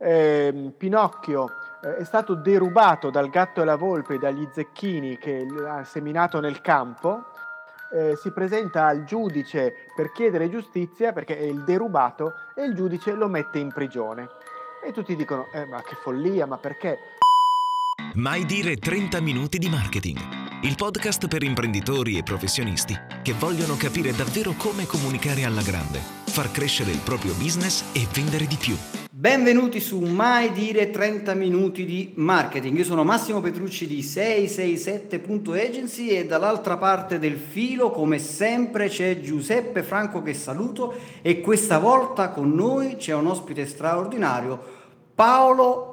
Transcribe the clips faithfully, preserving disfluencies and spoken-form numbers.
eh, Pinocchio eh, è stato derubato dal gatto e la volpe, dagli zecchini che ha seminato nel campo. Eh, si presenta al giudice per chiedere giustizia perché è il derubato e il giudice lo mette in prigione. E tutti dicono, eh, ma che follia, ma perché? Mai dire trenta minuti di marketing, il podcast per imprenditori e professionisti che vogliono capire davvero come comunicare alla grande, far crescere il proprio business e vendere di più. Benvenuti su Mai dire trenta minuti di marketing. Io sono Massimo Petrucci di sei sei sette punto agency e dall'altra parte del filo, come sempre, c'è Giuseppe Franco che saluto e questa volta con noi c'è un ospite straordinario, Paolo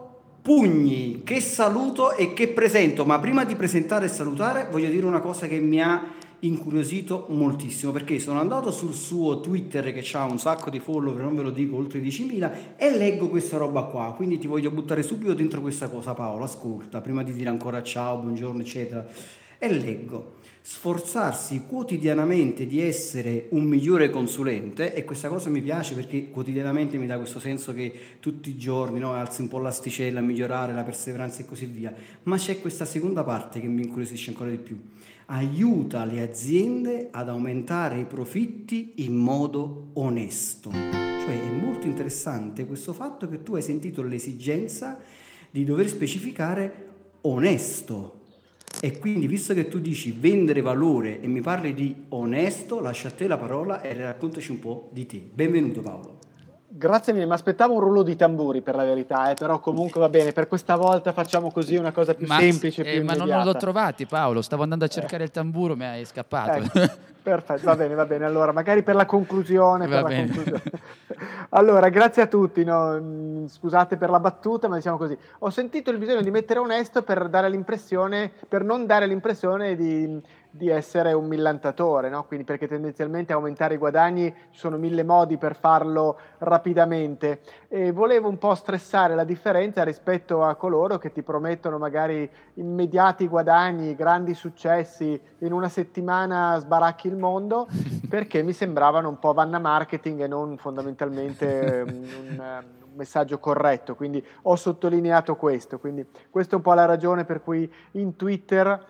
Pugni, che saluto e che presento. Ma prima di presentare e salutare voglio dire una cosa che mi ha incuriosito moltissimo, perché sono andato sul suo Twitter che ha un sacco di follower, non ve lo dico, oltre diecimila, e leggo questa roba qua. Quindi ti voglio buttare subito dentro questa cosa, Paolo. Ascolta, prima di dire ancora ciao, buongiorno eccetera, e leggo: sforzarsi quotidianamente di essere un migliore consulente. E questa cosa mi piace perché quotidianamente mi dà questo senso che tutti i giorni, no, alzi un po' l'asticella a migliorare, la perseveranza e così via. Ma c'è questa seconda parte che mi incuriosisce ancora di più: aiuta le aziende ad aumentare i profitti in modo onesto. Cioè è molto interessante questo fatto che tu hai sentito l'esigenza di dover specificare onesto. E quindi, visto che tu dici vendere valore e mi parli di onesto, lascio a te la parola e raccontaci un po' di te. Benvenuto, Paolo. Grazie mille, mi aspettavo un rullo di tamburi per la verità, eh, però comunque va bene, per questa volta facciamo così una cosa più ma, semplice, eh, più ma immediata. non l'ho trovati, Paolo, stavo andando a cercare eh. il tamburo, mi hai scappato. Ecco, perfetto, va bene, va bene, allora magari per la conclusione. Va per bene. la conclusione. Allora, grazie a tutti, no? Scusate per la battuta, ma diciamo così, ho sentito il bisogno di mettere onesto per dare l'impressione, per non dare l'impressione di, di essere un millantatore, no? Quindi perché tendenzialmente aumentare i guadagni ci sono mille modi per farlo rapidamente, e volevo un po' stressare la differenza rispetto a coloro che ti promettono magari immediati guadagni, grandi successi, in una settimana sbaracchi il mondo, perché mi sembravano un po' vanna marketing e non fondamentalmente un, un messaggio corretto. Quindi ho sottolineato questo, quindi questa è un po' la ragione per cui in Twitter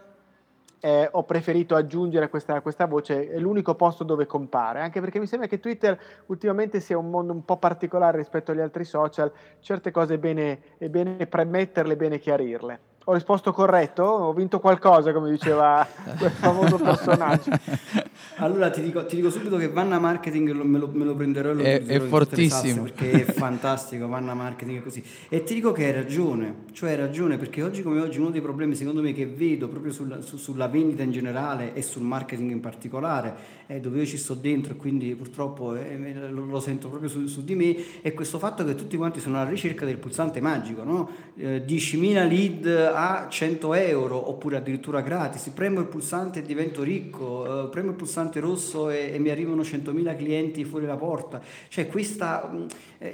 Eh, ho preferito aggiungere questa, questa voce, è l'unico posto dove compare, anche perché mi sembra che Twitter ultimamente sia un mondo un po' particolare rispetto agli altri social, certe cose è bene, è bene premetterle, è bene chiarirle. Ho risposto corretto? Ho vinto qualcosa, come diceva quel famoso personaggio. Allora ti dico, ti dico subito che Vanna Marketing lo, me, lo, me lo prenderò e lo è, utilizzerò è in tutte le fortissimo salse, perché è fantastico. Vanna Marketing è così. E ti dico che hai ragione, cioè hai ragione, perché oggi come oggi uno dei problemi secondo me che vedo proprio sulla, su, sulla vendita in generale e sul marketing in particolare, eh, dove io ci sto dentro e quindi purtroppo eh, lo, lo sento proprio su, su di me, è questo fatto che tutti quanti sono alla ricerca del pulsante magico, no? Eh, diecimila lead a cento euro oppure addirittura gratis, premo il pulsante e divento ricco, eh, premo il pulsante rosso e, e mi arrivano centomila clienti fuori la porta. Cioè questa mh,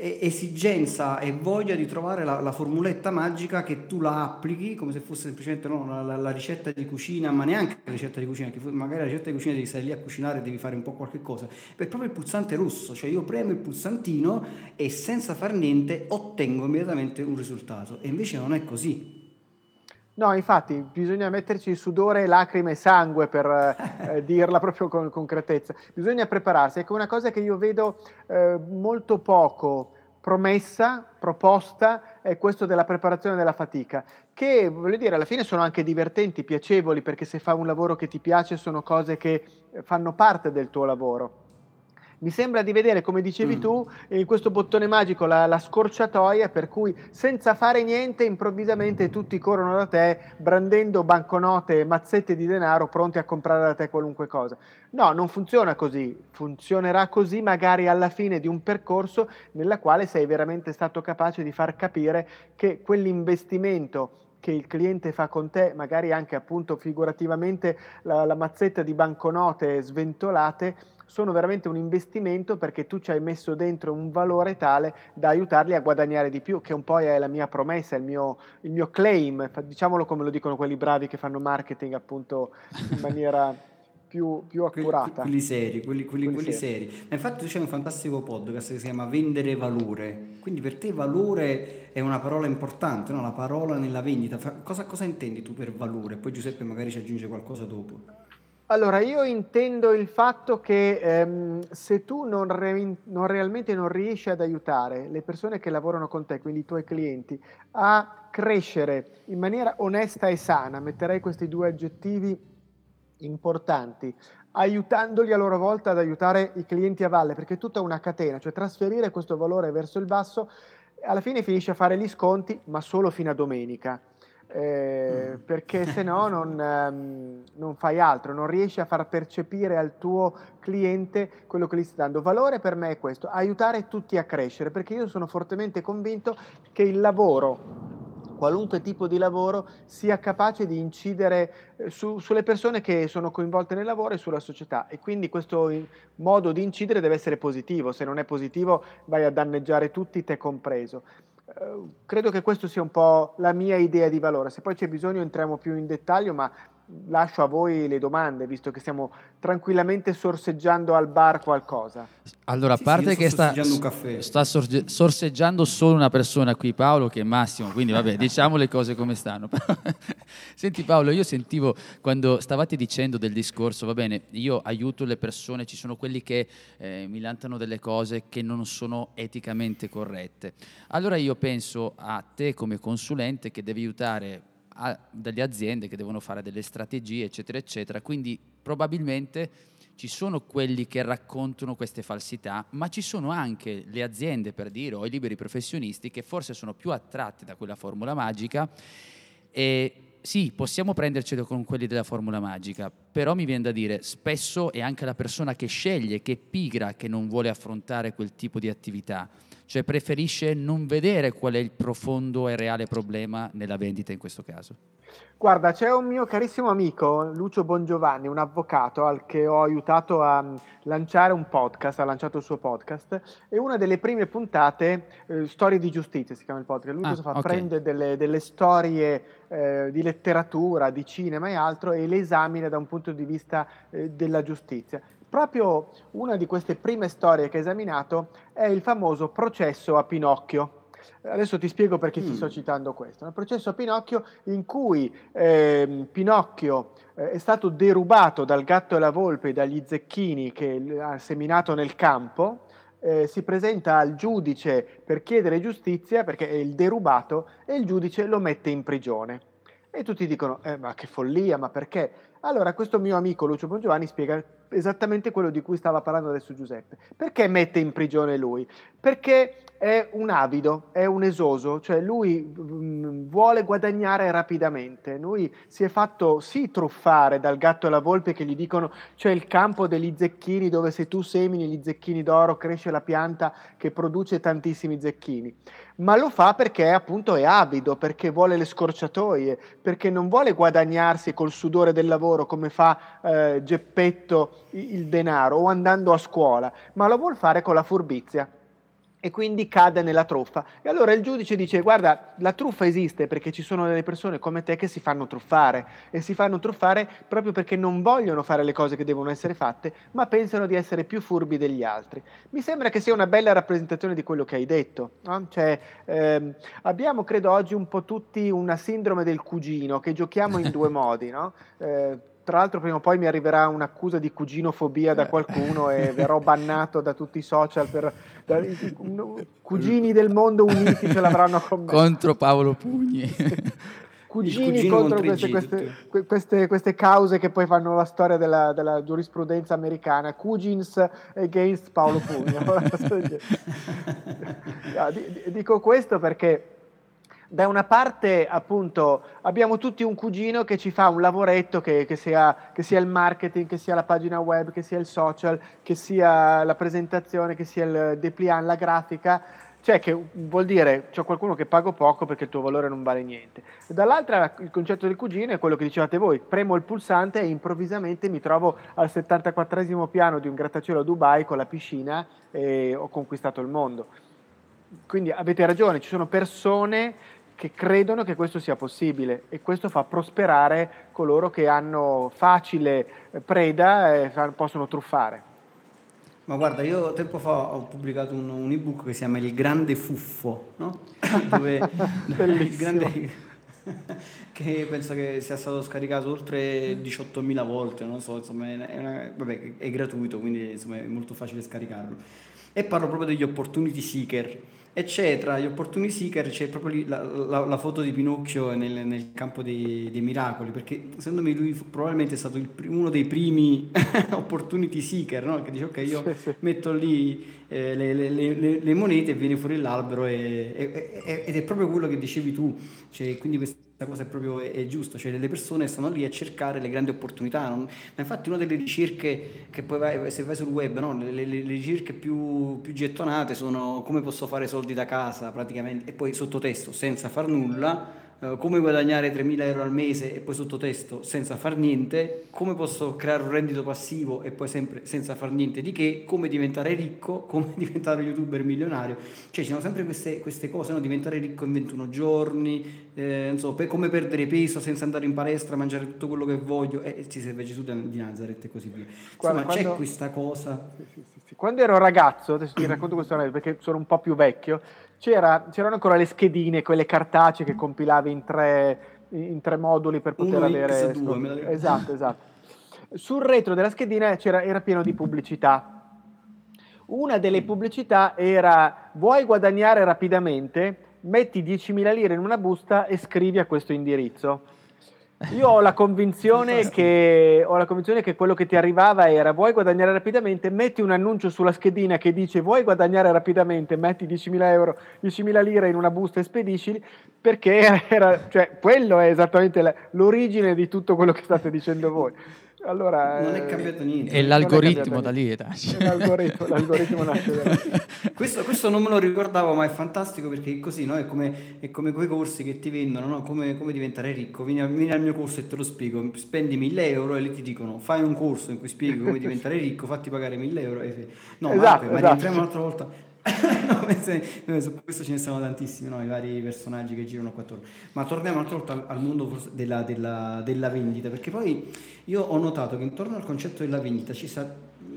esigenza e voglia di trovare la, la formuletta magica che tu la applichi come se fosse semplicemente no, la, la, la ricetta di cucina, ma neanche la ricetta di cucina, che magari la ricetta di cucina devi stare lì a cucinare e devi fare un po' qualche cosa, è proprio il pulsante rosso, cioè io premo il pulsantino e senza far niente ottengo immediatamente un risultato, e invece non è così. No, infatti bisogna metterci sudore, lacrime e sangue per eh, dirla proprio con concretezza. Bisogna prepararsi. Ecco, una cosa che io vedo eh, molto poco promessa, proposta, è questo della preparazione della fatica, che voglio dire alla fine sono anche divertenti, piacevoli, perché se fai un lavoro che ti piace sono cose che fanno parte del tuo lavoro. Mi sembra di vedere, come dicevi mm. tu, in questo bottone magico la, la scorciatoia per cui senza fare niente improvvisamente tutti corrono da te brandendo banconote e mazzette di denaro pronti a comprare da te qualunque cosa. No, non funziona così. Funzionerà così magari alla fine di un percorso nella quale sei veramente stato capace di far capire che quell'investimento che il cliente fa con te, magari anche appunto figurativamente la, la mazzetta di banconote sventolate, sono veramente un investimento perché tu ci hai messo dentro un valore tale da aiutarli a guadagnare di più, che un po' è la mia promessa, il mio, il mio claim, diciamolo come lo dicono quelli bravi che fanno marketing appunto in maniera più, più accurata. Quelli seri, quelli, quelli, Quelli quelli seri. seri. Ma infatti c'è un fantastico podcast che si chiama Vendere valore. Quindi per te valore è una parola importante, no? La parola nella vendita. Fa- Cosa, cosa intendi tu per valore? Poi Giuseppe magari ci aggiunge qualcosa dopo. Allora, io intendo il fatto che ehm, se tu non, re- non realmente non riesci ad aiutare le persone che lavorano con te, quindi i tuoi clienti, a crescere in maniera onesta e sana, metterei questi due aggettivi importanti, aiutandoli a loro volta ad aiutare i clienti a valle, perché è tutta una catena, cioè trasferire questo valore verso il basso, alla fine finisce a fare gli sconti, ma solo fino a domenica. Eh, perché se no non, ehm, non fai altro, non riesci a far percepire al tuo cliente quello che gli stai dando. Valore per me è questo, aiutare tutti a crescere, perché io sono fortemente convinto che il lavoro, qualunque tipo di lavoro, sia capace di incidere eh, su- sulle persone che sono coinvolte nel lavoro e sulla società, e quindi questo in- modo di incidere deve essere positivo. Se non è positivo vai a danneggiare tutti, te compreso. Eh, credo che questo sia un po' la mia idea di valore. Se poi c'è bisogno entriamo più in dettaglio, ma lascio a voi le domande, visto che stiamo tranquillamente sorseggiando al bar qualcosa. Allora, a Sì, sì, io parte sto che sta, sorseggiando un caffè. sta sorge- sorseggiando solo una persona qui, Paolo, che è Massimo, quindi vabbè, diciamo le cose come stanno. Senti Paolo, io sentivo quando stavate dicendo del discorso, va bene, io aiuto le persone, ci sono quelli che eh, mi lantano delle cose che non sono eticamente corrette. Allora io penso a te come consulente che devi aiutare a, delle aziende che devono fare delle strategie, eccetera, eccetera, quindi probabilmente ci sono quelli che raccontano queste falsità, ma ci sono anche le aziende, per dire, o i liberi professionisti che forse sono più attratti da quella formula magica. E sì, possiamo prendercelo con quelli della formula magica, però mi viene da dire, spesso è anche la persona che sceglie, che è pigra, che non vuole affrontare quel tipo di attività, cioè preferisce non vedere qual è il profondo e reale problema nella vendita in questo caso. Guarda, c'è un mio carissimo amico, Lucio Bongiovanni, un avvocato al che ho aiutato a mm, lanciare un podcast, ha lanciato il suo podcast, e una delle prime puntate, eh, Storie di giustizia si chiama il podcast. Lui Ah, cosa fa? ok. Prende delle, delle storie eh, di letteratura, di cinema e altro, e le esamina da un punto di vista eh, della giustizia. Proprio una di queste prime storie che ha esaminato è il famoso processo a Pinocchio. Adesso ti spiego perché ti sto Mm. citando questo. È un processo a Pinocchio in cui ehm, Pinocchio eh, è stato derubato dal gatto e la volpe, dagli zecchini che l- ha seminato nel campo. Eh, si presenta al giudice per chiedere giustizia perché è il derubato, e il giudice lo mette in prigione. E tutti dicono, eh, ma che follia, ma perché? Allora questo mio amico Lucio Bongiovanni spiega esattamente quello di cui stava parlando adesso Giuseppe. Perché mette in prigione lui? Perché è un avido, è un esoso, cioè lui mh, vuole guadagnare rapidamente. Lui si è fatto sì truffare dal gatto e la volpe che gli dicono c'è il campo degli zecchini dove se tu semini gli zecchini d'oro cresce la pianta che produce tantissimi zecchini, ma lo fa perché appunto è avido, perché vuole le scorciatoie, perché non vuole guadagnarsi col sudore del lavoro come fa eh, Geppetto il denaro o andando a scuola, ma lo vuol fare con la furbizia. E quindi cade nella truffa. E allora il giudice dice: guarda, la truffa esiste perché ci sono delle persone come te che si fanno truffare, e si fanno truffare proprio perché non vogliono fare le cose che devono essere fatte, ma pensano di essere più furbi degli altri. Mi sembra che sia una bella rappresentazione di quello che hai detto, no? Cioè, ehm, abbiamo credo oggi un po' tutti una sindrome del cugino, che giochiamo in due modi, no? Eh, tra l'altro prima o poi mi arriverà un'accusa di cuginofobia da qualcuno e verrò bannato da tutti i social per da- i- i- un- cugini del mondo uniti ce l'avranno con me. Contro Paolo Pugni. Il Cugini cugino contro contro queste, Egitto. queste, que- queste- queste cause che poi fanno la storia della, della giurisprudenza americana. Cugins against Paolo Pugno. No, di- di- dico questo perché da una parte appunto abbiamo tutti un cugino che ci fa un lavoretto che, che sia, che sia il marketing, che sia la pagina web, che sia il social, che sia la presentazione, che sia il dépliant, la grafica, cioè che vuol dire c'è qualcuno che pago poco perché il tuo valore non vale niente. E dall'altra il concetto del cugino è quello che dicevate voi: premo il pulsante e improvvisamente mi trovo al settantaquattresimo piano di un grattacielo a Dubai con la piscina e ho conquistato il mondo. Quindi avete ragione, ci sono persone che credono che questo sia possibile, e questo fa prosperare coloro che hanno facile preda e possono truffare. Ma guarda, io tempo fa ho pubblicato un, un ebook che si chiama Il Grande Fuffo, no? Dove, dove il grande, che penso che sia stato scaricato oltre diciottomila volte, non so, insomma, è, una, vabbè, è gratuito, quindi insomma, è molto facile scaricarlo. E parlo proprio degli opportunity seeker. E c'è tra gli opportunity seeker c'è proprio lì la, la, la foto di Pinocchio nel, nel campo dei, dei miracoli, perché secondo me lui probabilmente è stato il, uno dei primi opportunity seeker, no? Che dice ok, io sì, sì. metto lì eh, le, le, le, le monete e viene fuori l'albero e, e, e, ed è proprio quello che dicevi tu, cioè, quindi questa cosa è proprio è, è giusta, cioè le persone stanno lì a cercare le grandi opportunità, non? Ma infatti una delle ricerche che poi vai, se vai sul web, no? le, le, le ricerche più, più gettonate sono come posso fare soldi da casa praticamente, e poi sottotesto senza far nulla, eh, come guadagnare tremila euro al mese, e poi sottotesto senza far niente, come posso creare un reddito passivo, e poi sempre senza far niente di che, come diventare ricco, come diventare un youtuber milionario, cioè ci sono sempre queste, queste cose, no? Diventare ricco in ventuno giorni, eh, non so, per come perdere peso senza andare in palestra, mangiare tutto quello che voglio, e eh, ci serve Gesù di Nazareth e così via. Insomma, Guarda, quando... c'è questa cosa. Sì, sì, sì, sì. Quando ero ragazzo, adesso ti racconto questo perché sono un po' più vecchio, c'era, c'erano ancora le schedine, quelle cartacee che compilavi in tre, in tre moduli per poter Uno avere... X due, me la... Esatto, esatto. Sul retro della schedina c'era, era pieno di pubblicità. Una delle pubblicità era: vuoi guadagnare rapidamente? Metti diecimila lire in una busta e scrivi a questo indirizzo. Io ho la convinzione che ho la convinzione che quello che ti arrivava era: vuoi guadagnare rapidamente? Metti un annuncio sulla schedina che dice vuoi guadagnare rapidamente, metti diecimila euro, diecimila lire in una busta e spediscili, perché era, cioè, quello è esattamente la, l'origine di tutto quello che state dicendo voi. Allora, non è cambiato niente. E l'algoritmo da lì nasce. L'algoritmo, l'algoritmo nasce da lì. questo, questo non me lo ricordavo, ma è fantastico, perché così, no? È come, è come quei corsi che ti vendono, no? Come, come diventare ricco. Vieni, vieni al mio corso e te lo spiego. Spendi mille euro e lì ti dicono fai un corso in cui spieghi come diventare ricco, fatti pagare mille euro. E... No, esatto, ma, ma esatto. rientriamo un'altra volta. No, su questo ce ne sono tantissimi, no? I vari personaggi che girano qua attorno. Ma torniamo un'altra volta al, al mondo della, della, della vendita, perché poi io ho notato che intorno al concetto della vendita ci sa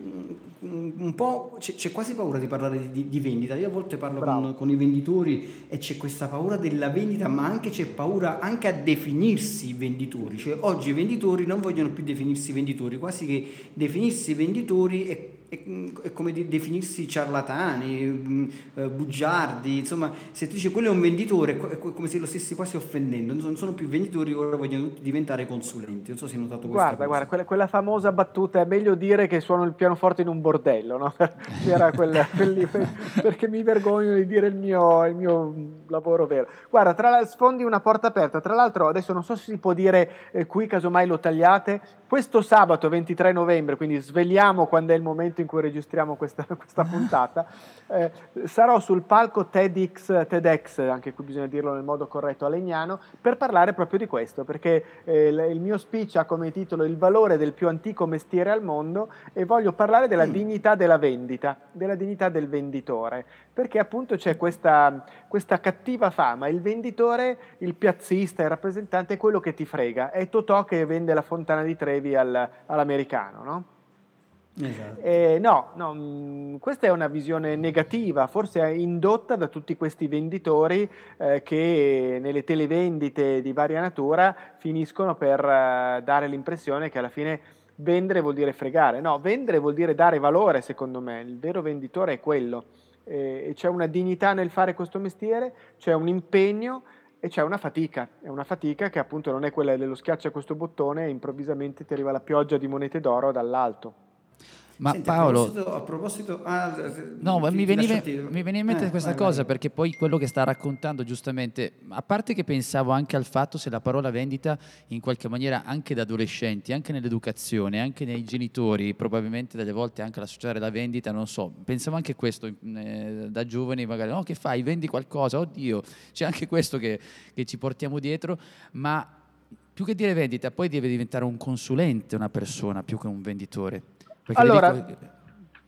un po', c'è, c'è quasi paura di parlare di, di vendita. Io a volte parlo con, con i venditori e c'è questa paura della vendita, ma anche c'è paura anche a definirsi venditori. Cioè oggi i venditori non vogliono più definirsi venditori, quasi che definirsi venditori è È, è come di definirsi ciarlatani, mh, bugiardi, insomma, se tu dici quello è un venditore, è come se lo stessi quasi offendendo. Non sono più venditori, ora vogliono tutti diventare consulenti. Non so se hai notato questa guarda, cosa. Guarda, quella, quella famosa battuta: è meglio dire che suono il pianoforte in un bordello, no? C'era quella, quelli, perché mi vergogno di dire il mio, il mio lavoro vero. Guarda, tra la, sfondi una porta aperta. Tra l'altro, adesso non so se si può dire eh, qui, casomai lo tagliate, questo sabato ventitré novembre, quindi svegliamo quando è il momento in cui registriamo questa, questa puntata, eh, sarò sul palco TEDx, TEDx, anche qui bisogna dirlo nel modo corretto, a Legnano, per parlare proprio di questo, perché eh, il mio speech ha come titolo Il valore del più antico mestiere al mondo, e voglio parlare della mm. dignità della vendita, della dignità del venditore, perché appunto c'è questa, questa cattiva fama: il venditore, il piazzista, il rappresentante è quello che ti frega, è Totò che vende la fontana di Trevi al, all'americano, no? Esatto. Eh, no, no, mh, questa è una visione negativa, forse indotta da tutti questi venditori eh, che nelle televendite di varia natura finiscono per eh, dare l'impressione che alla fine vendere vuol dire fregare. No, vendere vuol dire dare valore, secondo me. Il vero venditore è quello. Eh, e c'è una dignità nel fare questo mestiere, c'è un impegno e c'è una fatica. È una fatica che appunto non è quella dello schiaccia questo bottone e improvvisamente ti arriva la pioggia di monete d'oro dall'alto. Ma Senti, Paolo, a proposito, a proposito ah, no, ti, mi, ti veniva, lasciati... mi veniva in mente eh, questa vai, cosa vai. Perché poi quello che sta raccontando giustamente, a parte che pensavo anche al fatto se la parola vendita in qualche maniera anche da adolescenti, anche nell'educazione, anche nei genitori, probabilmente delle volte anche l'associare la vendita, non so, pensavo anche questo eh, da giovani magari, no, che fai, vendi qualcosa, oddio, c'è anche questo che, che ci portiamo dietro, ma più che dire vendita poi deve diventare un consulente una persona più che un venditore. Perché allora... dico...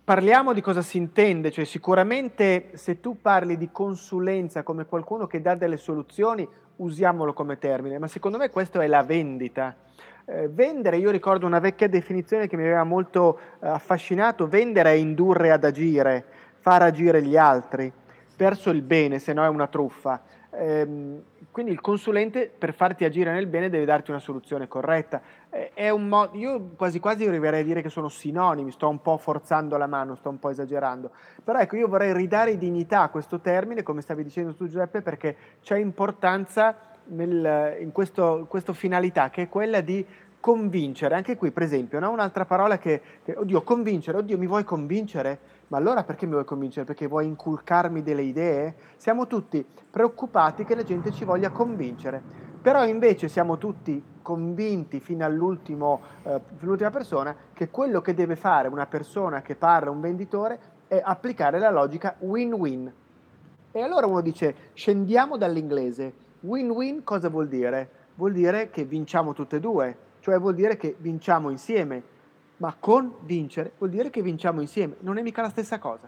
Parliamo di cosa si intende, cioè sicuramente se tu parli di consulenza come qualcuno che dà delle soluzioni, usiamolo come termine, ma secondo me questo è la vendita. Eh, vendere, io ricordo una vecchia definizione che mi aveva molto eh, affascinato: vendere è indurre ad agire, far agire gli altri, verso il bene, se no è una truffa. Ehm, quindi il consulente per farti agire nel bene deve darti una soluzione corretta. Eh, È un mo- io quasi quasi arriverei a dire che sono sinonimi, sto un po' forzando la mano, sto un po' esagerando. Però ecco, io vorrei ridare dignità a questo termine, come stavi dicendo tu Giuseppe, perché c'è importanza nel, in questo, questa finalità che è quella di convincere. Anche qui, per esempio, no? Un'altra parola che, che, oddio, convincere, oddio, mi vuoi convincere? Ma allora perché mi vuoi convincere? Perché vuoi inculcarmi delle idee? Siamo tutti preoccupati che la gente ci voglia convincere, però invece siamo tutti convinti fino all'ultimo, eh, all'ultima persona che quello che deve fare una persona che parla, un venditore, è applicare la logica win-win. E allora uno dice, scendiamo dall'inglese. Win-win cosa vuol dire? Vuol dire che vinciamo tutte e due, cioè vuol dire che vinciamo insieme, ma con vincere vuol dire che vinciamo insieme, non è mica la stessa cosa.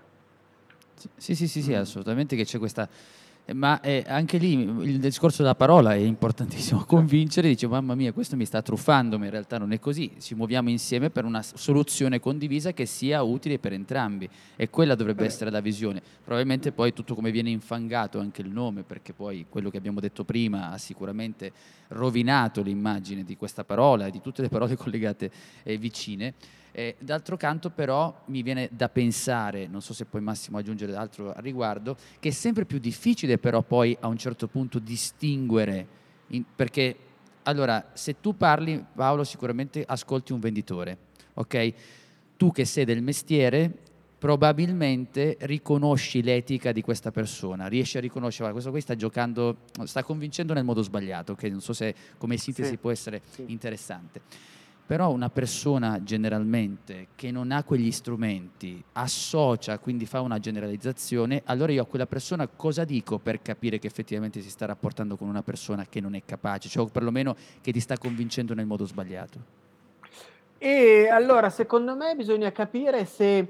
Sì, sì, sì, sì, assolutamente che c'è questa... Ma eh, anche lì il discorso della parola è importantissimo. Convincere, dice mamma mia, questo mi sta truffando, ma in realtà non è così. Ci muoviamo insieme per una soluzione condivisa che sia utile per entrambi, e quella dovrebbe essere la visione. Probabilmente poi tutto come viene infangato anche il nome, perché poi quello che abbiamo detto prima ha sicuramente rovinato l'immagine di questa parola e di tutte le parole collegate eh, vicine. Eh, d'altro canto però mi viene da pensare, non so se poi Massimo aggiungere altro al riguardo, che è sempre più difficile però poi a un certo punto distinguere, in, perché allora se tu parli, Paolo, sicuramente ascolti un venditore, ok? Tu che sei del mestiere probabilmente riconosci l'etica di questa persona, riesci a riconoscere, questo qui sta giocando, sta convincendo nel modo sbagliato, che non so se come sintesi Sì, può essere sì. interessante. Però una persona generalmente che non ha quegli strumenti, associa, quindi fa una generalizzazione, allora io a quella persona cosa dico per capire che effettivamente si sta rapportando con una persona che non è capace, cioè o perlomeno che ti sta convincendo nel modo sbagliato? E allora, secondo me, bisogna capire se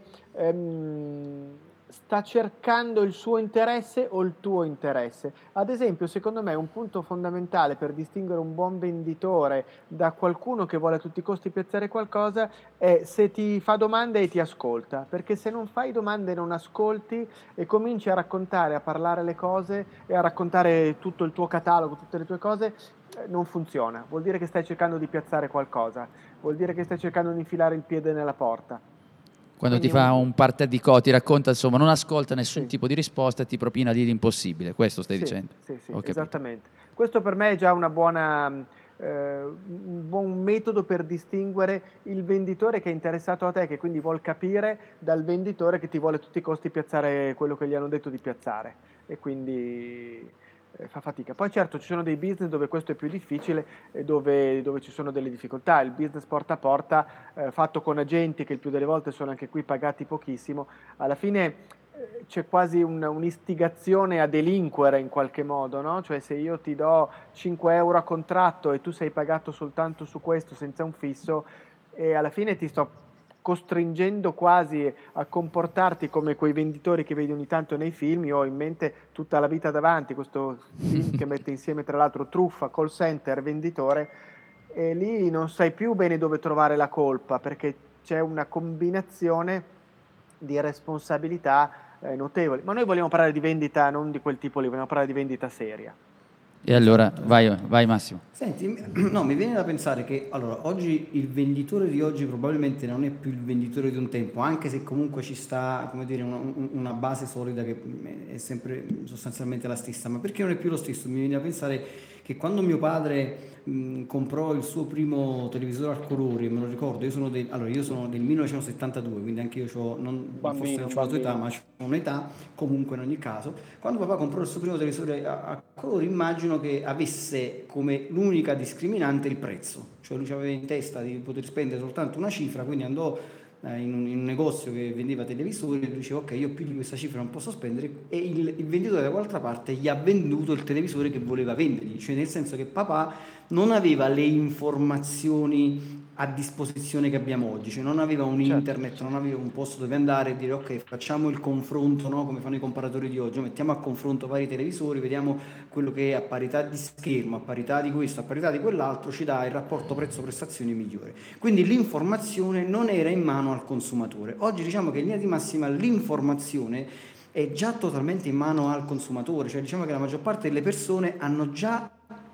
ehm, sta cercando il suo interesse o il tuo interesse. Ad esempio, secondo me, un punto fondamentale per distinguere un buon venditore da qualcuno che vuole a tutti i costi piazzare qualcosa è se ti fa domande e ti ascolta. Perché se non fai domande e non ascolti e cominci a raccontare, a parlare le cose e a raccontare tutto il tuo catalogo, tutte le tue cose, eh, non funziona. Vuol dire che stai cercando di piazzare qualcosa, vuol dire che stai cercando di infilare il piede nella porta. Quando ti Quindi un, fa un parter di co, ti racconta, insomma, non ascolta nessun sì, tipo di risposta e ti propina lì l'impossibile, questo stai sì, dicendo? sì, sì, Ho capito. esattamente. Questo per me è già una buona, eh, un buon metodo per distinguere il venditore che è interessato a te, che quindi vuol capire, dal venditore che ti vuole a tutti i costi piazzare quello che gli hanno detto di piazzare. E quindi eh, fa fatica. Poi certo ci sono dei business dove questo è più difficile e dove, dove ci sono delle difficoltà. Il business porta a porta, eh, fatto con agenti che il più delle volte sono anche qui pagati pochissimo, alla fine eh, c'è quasi un- un'istigazione a delinquere in qualche modo, no? Cioè se io ti do cinque euro a contratto e tu sei pagato soltanto su questo senza un fisso, e alla fine ti sto costringendo quasi a comportarti come quei venditori che vedi ogni tanto nei film. Io ho in mente Tutta la vita davanti, questo film che mette insieme tra l'altro truffa, call center, venditore, e lì non sai più bene dove trovare la colpa perché c'è una combinazione di responsabilità eh, notevoli. Ma noi vogliamo parlare di vendita non di quel tipo lì, vogliamo parlare di vendita seria. E allora Esatto, vai, esatto. vai Massimo. Senti, mi- no, mi viene da pensare che allora, oggi il venditore di oggi probabilmente non è più il venditore di un tempo, anche se comunque ci sta, come dire, una, un- una base solida che mm, è sempre sostanzialmente la stessa, ma perché non è più lo stesso? Mi viene da pensare che quando mio padre mh, comprò il suo primo televisore a colori, me lo ricordo, io sono del, allora, io sono del millenovecentosettantadue, quindi anche io c'ho, non, forse Bambino, non ho la tua età, bambino. ma ho un'età, comunque in ogni caso. Quando papà comprò il suo primo televisore a, a colori, immagino che avesse come l'unica discriminante il prezzo, cioè lui aveva in testa di poter spendere soltanto una cifra, quindi andò eh, in, un, in un negozio che vendeva televisori e lui diceva ok, io più di questa cifra non posso spendere, e il, il venditore da quell'altra parte gli ha venduto il televisore che voleva vendergli, cioè nel senso che papà non aveva le informazioni a disposizione che abbiamo oggi, cioè non aveva un Certo. internet, non aveva un posto dove andare e dire ok, facciamo il confronto, no? Come fanno i comparatori di oggi, mettiamo a confronto vari televisori, vediamo quello che a parità di schermo, a parità di questo, a parità di quell'altro ci dà il rapporto prezzo-prestazione migliore. Quindi l'informazione non era in mano al consumatore. Oggi diciamo che in linea di massima l'informazione è già totalmente in mano al consumatore, cioè diciamo che la maggior parte delle persone hanno già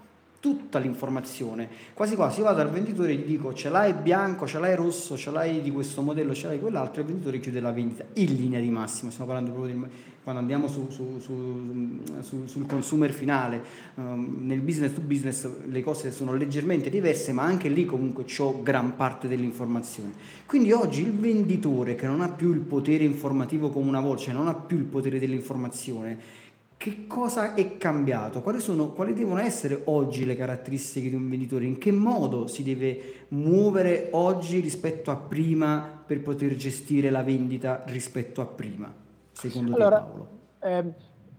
tutta l'informazione, quasi quasi io vado al venditore e gli dico ce l'hai bianco, ce l'hai rosso, ce l'hai di questo modello, ce l'hai quell'altro, e il venditore chiude la vendita in linea di massima. Stiamo parlando proprio del, quando andiamo su, su, su, su, sul consumer finale, um, nel business to business le cose sono leggermente diverse, ma anche lì comunque c'ho gran parte dell'informazione. Quindi oggi il venditore, che non ha più il potere informativo come una volta, cioè non ha più il potere dell'informazione, che cosa è cambiato? Quali sono, quali devono essere oggi le caratteristiche di un venditore? In che modo si deve muovere oggi rispetto a prima per poter gestire la vendita rispetto a prima, secondo te, Allora, Paolo? ehm,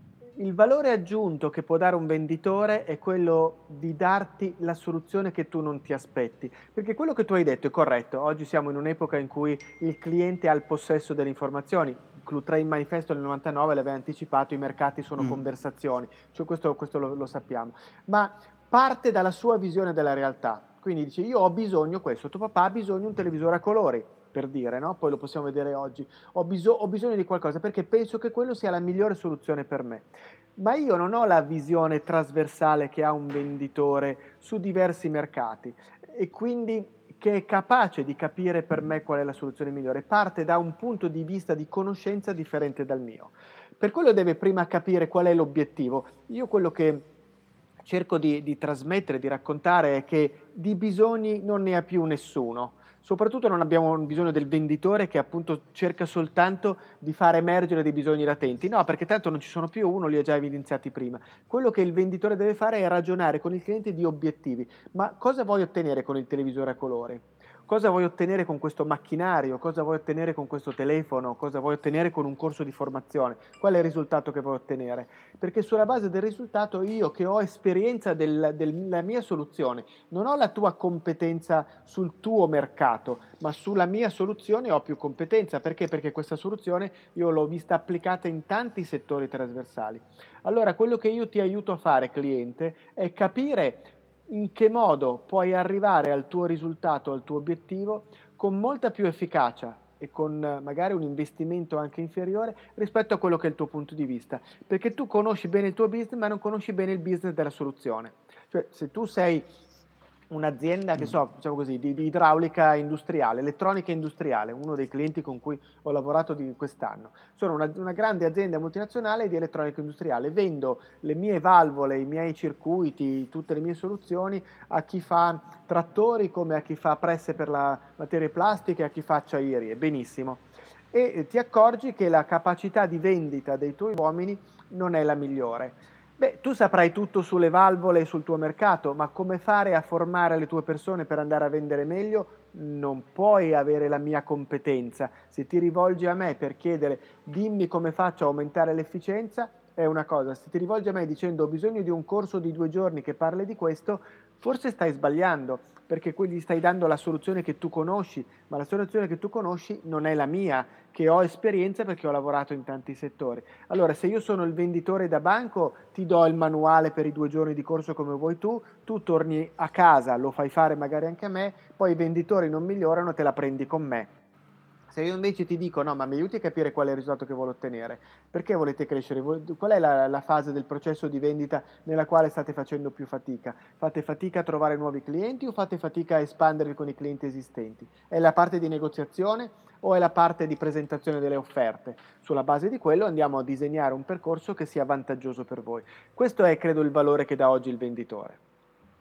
il valore aggiunto che può dare un venditore è quello di darti la soluzione che tu non ti aspetti, perché quello che tu hai detto è corretto. Oggi siamo in un'epoca in cui il cliente ha il possesso delle informazioni. Clou tre in manifesto nel novantanove l'aveva anticipato, i mercati sono Mm. conversazioni, cioè questo, questo lo, lo sappiamo, ma parte dalla sua visione della realtà. Quindi dice io ho bisogno questo, tuo papà ha bisogno di un televisore a colori, per dire, no? Poi lo possiamo vedere oggi. Ho, biso- ho bisogno di qualcosa perché penso che quello sia la migliore soluzione per me. Ma io non ho la visione trasversale che ha un venditore su diversi mercati, e quindi che è capace di capire per me qual è la soluzione migliore. Parte da un punto di vista di conoscenza differente dal mio. Per quello deve prima capire qual è l'obiettivo. Io quello che cerco di, di trasmettere, di raccontare è che di bisogni non ne ha più nessuno. Soprattutto non abbiamo bisogno del venditore che appunto cerca soltanto di far emergere dei bisogni latenti. No, perché tanto non ci sono più, uno li ha già evidenziati prima. Quello che il venditore deve fare è ragionare con il cliente di obiettivi. Ma cosa vuoi ottenere con il televisore a colori? Cosa vuoi ottenere con questo macchinario? Cosa vuoi ottenere con questo telefono? Cosa vuoi ottenere con un corso di formazione? Qual è il risultato che vuoi ottenere? Perché sulla base del risultato io, che ho esperienza del- della mia soluzione, non ho la tua competenza sul tuo mercato, ma sulla mia soluzione ho più competenza. Perché? Perché questa soluzione io l'ho vista applicata in tanti settori trasversali. Allora, quello che io ti aiuto a fare, cliente, è capire in che modo puoi arrivare al tuo risultato, al tuo obiettivo, con molta più efficacia e con eh, magari un investimento anche inferiore rispetto a quello che è il tuo punto di vista, perché tu conosci bene il tuo business, ma non conosci bene il business della soluzione. Cioè, se tu sei un'azienda, che so, diciamo così, di, di idraulica industriale, elettronica industriale, uno dei clienti con cui ho lavorato di quest'anno. Sono una, una grande azienda multinazionale di elettronica industriale, vendo le mie valvole, i miei circuiti, tutte le mie soluzioni a chi fa trattori come a chi fa presse per la materie plastiche, a chi fa acciaierie, benissimo. E eh, ti accorgi che la capacità di vendita dei tuoi uomini non è la migliore. Beh, tu saprai tutto sulle valvole e sul tuo mercato, ma come fare a formare le tue persone per andare a vendere meglio? Non puoi avere la mia competenza. Se ti rivolgi a me per chiedere dimmi come faccio a aumentare l'efficienza, è una cosa. Se ti rivolgi a me dicendo ho bisogno di un corso di due giorni che parli di questo, forse stai sbagliando, perché quindi stai dando la soluzione che tu conosci, ma la soluzione che tu conosci non è la mia, che ho esperienza perché ho lavorato in tanti settori. Allora, se io sono il venditore da banco, ti do il manuale per i due giorni di corso come vuoi tu, tu torni a casa, lo fai fare magari anche a me, poi i venditori non migliorano, te la prendi con me. Se io invece ti dico no, ma mi aiuti a capire qual è il risultato che vuole ottenere, perché volete crescere? Qual è la, la fase del processo di vendita nella quale state facendo più fatica? Fate fatica a trovare nuovi clienti o fate fatica a espandervi con i clienti esistenti? È la parte di negoziazione o è la parte di presentazione delle offerte? Sulla base di quello andiamo a disegnare un percorso che sia vantaggioso per voi. Questo è, credo, il valore che dà oggi il venditore.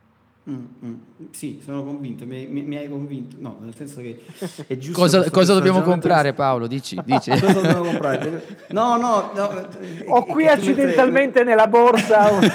Mm, mm. Sì, sono convinto, mi, mi- mi hai convinto. No, nel senso che è giusto Cosa, questo, cosa questo dobbiamo ragionamento che- comprare, Paolo? Dici, dici. Cosa dobbiamo comprare? No, no, no. eh, Ho che- qui che tu mentre- accidentalmente nella borsa un-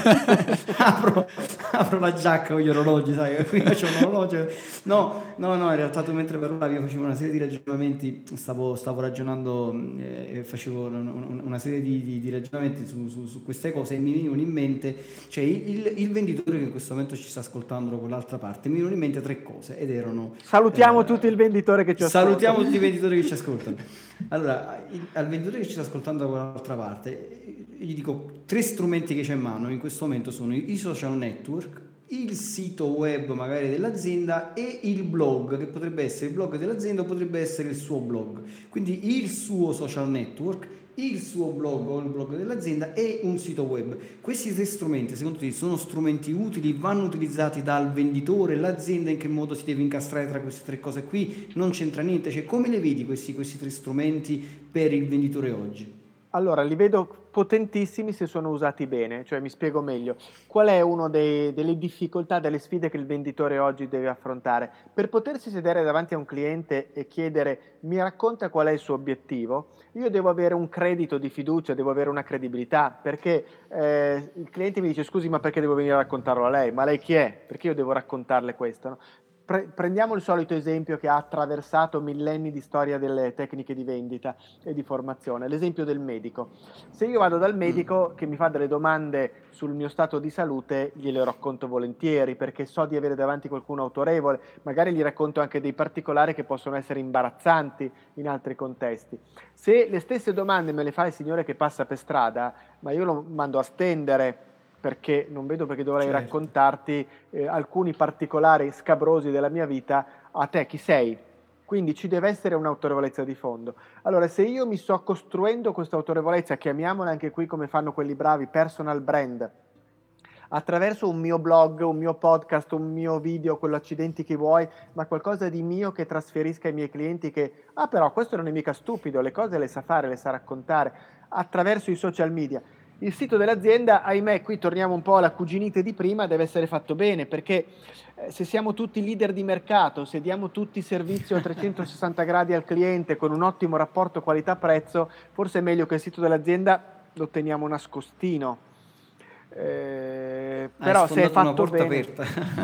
apro, apro la giacca con gli orologi, sai, qui c'è un orologio. No, no, no, in realtà tu mentre parlavi io facevo una serie di ragionamenti, stavo, stavo ragionando eh, e facevo un- un- una serie di, di- di ragionamenti su, su- su queste cose e mi venivano in mente, cioè il, il venditore che in questo momento ci sta ascoltando da quell'altra parte, mi venivano in mente tre cose ed erano... Salutiamo eh, tutti il venditore che ci ascolta. Salutiamo tutti i venditori che ci ascoltano. Allora, il- al venditore che ci sta ascoltando da quell'altra parte, eh, gli dico tre strumenti che c'è in mano in questo momento sono i i social network, il sito web magari dell'azienda e il blog, che potrebbe essere il blog dell'azienda o potrebbe essere il suo blog. Quindi il suo social network, il suo blog o il blog dell'azienda e un sito web. Questi tre strumenti, secondo te, sono strumenti utili, vanno utilizzati dal venditore, l'azienda in che modo si deve incastrare tra queste tre cose qui? Non c'entra niente, cioè come le vedi questi, questi tre strumenti per il venditore oggi? Allora, li vedo potentissimi se sono usati bene, cioè mi spiego meglio. Qual è una delle difficoltà, delle sfide che il venditore oggi deve affrontare? Per potersi sedere davanti a un cliente e chiedere mi racconta qual è il suo obiettivo, io devo avere un credito di fiducia, devo avere una credibilità, perché eh, il cliente mi dice scusi ma perché devo venire a raccontarlo a lei? Ma lei chi è? Perché io devo raccontarle questo? No? Pre- prendiamo il solito esempio che ha attraversato millenni di storia delle tecniche di vendita e di formazione, l'esempio del medico. Se io vado dal medico che mi fa delle domande sul mio stato di salute, gliele racconto volentieri perché so di avere davanti qualcuno autorevole, magari gli racconto anche dei particolari che possono essere imbarazzanti in altri contesti. Se le stesse domande me le fa il signore che passa per strada, ma io lo mando a stendere perché non vedo perché dovrei Certo. raccontarti eh, alcuni particolari scabrosi della mia vita a te chi sei. Quindi ci deve essere un'autorevolezza di fondo. Allora, se io mi sto costruendo questa autorevolezza, chiamiamola anche qui come fanno quelli bravi, personal brand, attraverso un mio blog, un mio podcast, un mio video, quello accidenti che vuoi, ma qualcosa di mio che trasferisca ai miei clienti che, ah però questo non è mica stupido, le cose le sa fare, le sa raccontare, attraverso i social media. Il sito dell'azienda, ahimè, qui torniamo un po' alla cuginite di prima, deve essere fatto bene, perché eh, se siamo tutti leader di mercato, se diamo tutti servizio a trecentosessanta gradi al cliente con un ottimo rapporto qualità-prezzo, forse è meglio che il sito dell'azienda lo teniamo nascostino. Eh, Hai però se è sfondato una fatto porta bene... aperta.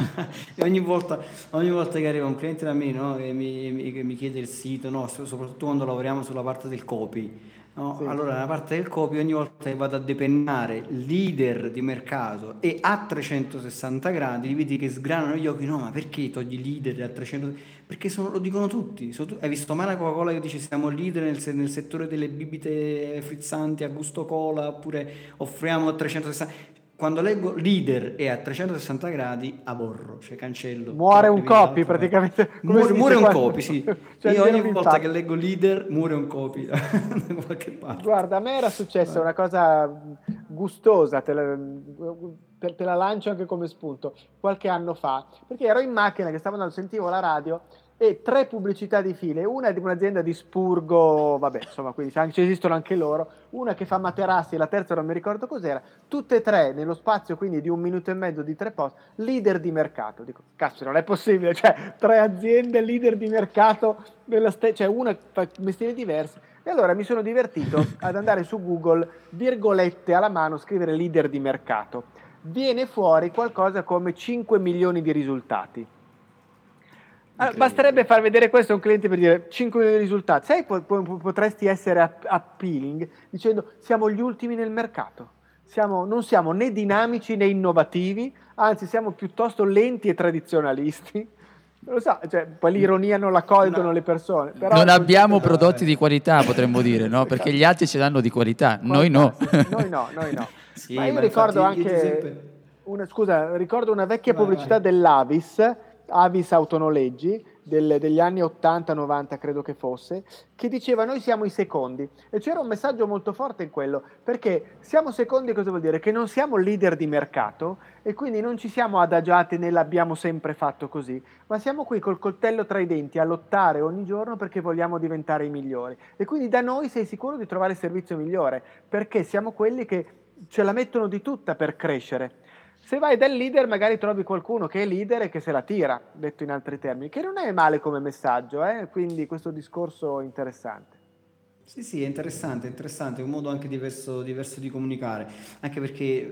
E ogni volta, ogni volta che arriva un cliente da me, no, e mi, mi- che mi chiede il sito, no, so- soprattutto quando lavoriamo sulla parte del copy, no, Sì. allora nella parte del copy ogni volta che vado a depennare leader di mercato e a trecentosessanta gradi, li vedi che sgranano gli occhi, no, ma perché togli leader a trecento? Perché sono- lo dicono tutti. Sono tu- hai visto mai la Coca-Cola che dice siamo leader nel, se- nel settore delle bibite frizzanti a gusto cola, oppure offriamo a trecentosessanta? Quando leggo leader e a trecentosessanta gradi, aborro, cioè cancello. Muore Però un le vedi copy dall'altra parte. praticamente. Come Muore, si dice muore un quando- copy, sì. Cioè, Io viene ogni un volta infarto. che leggo leader, muore un copy da da qualche parte. Guarda, a me era successa una cosa gustosa, te la, te- te la lancio anche come spunto, qualche anno fa, perché ero in macchina che stavo andando, sentivo la radio e tre pubblicità di file, una di un'azienda di spurgo, vabbè, insomma, quindi anche- ci esistono anche loro, una che fa materassi e la terza non mi ricordo cos'era, tutte e tre nello spazio quindi di un minuto e mezzo di tre post, leader di mercato. Dico, cazzo, non è possibile, cioè tre aziende leader di mercato, della ste- cioè una fa mestieri diversi. E allora mi sono divertito ad andare su Google, virgolette alla mano, scrivere leader di mercato. Viene fuori qualcosa come cinque milioni di risultati. Allora, basterebbe far vedere questo a un cliente per dire cinque milioni di risultati. Sai, po- po- potresti essere app- appealing dicendo siamo gli ultimi nel mercato. Siamo, non siamo né dinamici né innovativi, anzi siamo piuttosto lenti e tradizionalisti. Non lo so, cioè, poi l'ironia non la colgono Una- le persone. Però Non il abbiamo concetto- prodotti di qualità, potremmo dire, no? Perché gli altri ce l'hanno di qualità, noi no. Qualità, sì. Noi no, noi no. Sì, Ma io ma ricordo infatti io, anche, Giuseppe... una, scusa, ricordo una vecchia Vai, pubblicità vai. dell'Avis, Avis Autonoleggi, del- degli anni ottanta novanta credo che fosse, che diceva noi siamo i secondi. E c'era un messaggio molto forte in quello, perché siamo secondi cosa vuol dire? Che non siamo leader di mercato e quindi non ci siamo adagiati nell'abbiamo sempre fatto così, ma siamo qui col coltello tra i denti a lottare ogni giorno perché vogliamo diventare i migliori. E quindi da noi sei sicuro di trovare il servizio migliore, perché siamo quelli che ce la mettono di tutta per crescere. Se vai dal leader magari trovi qualcuno che è leader e che se la tira, detto in altri termini, che non è male come messaggio, eh? Quindi questo discorso interessante. Sì, sì, è interessante, è interessante, è un modo anche diverso, diverso di comunicare, anche perché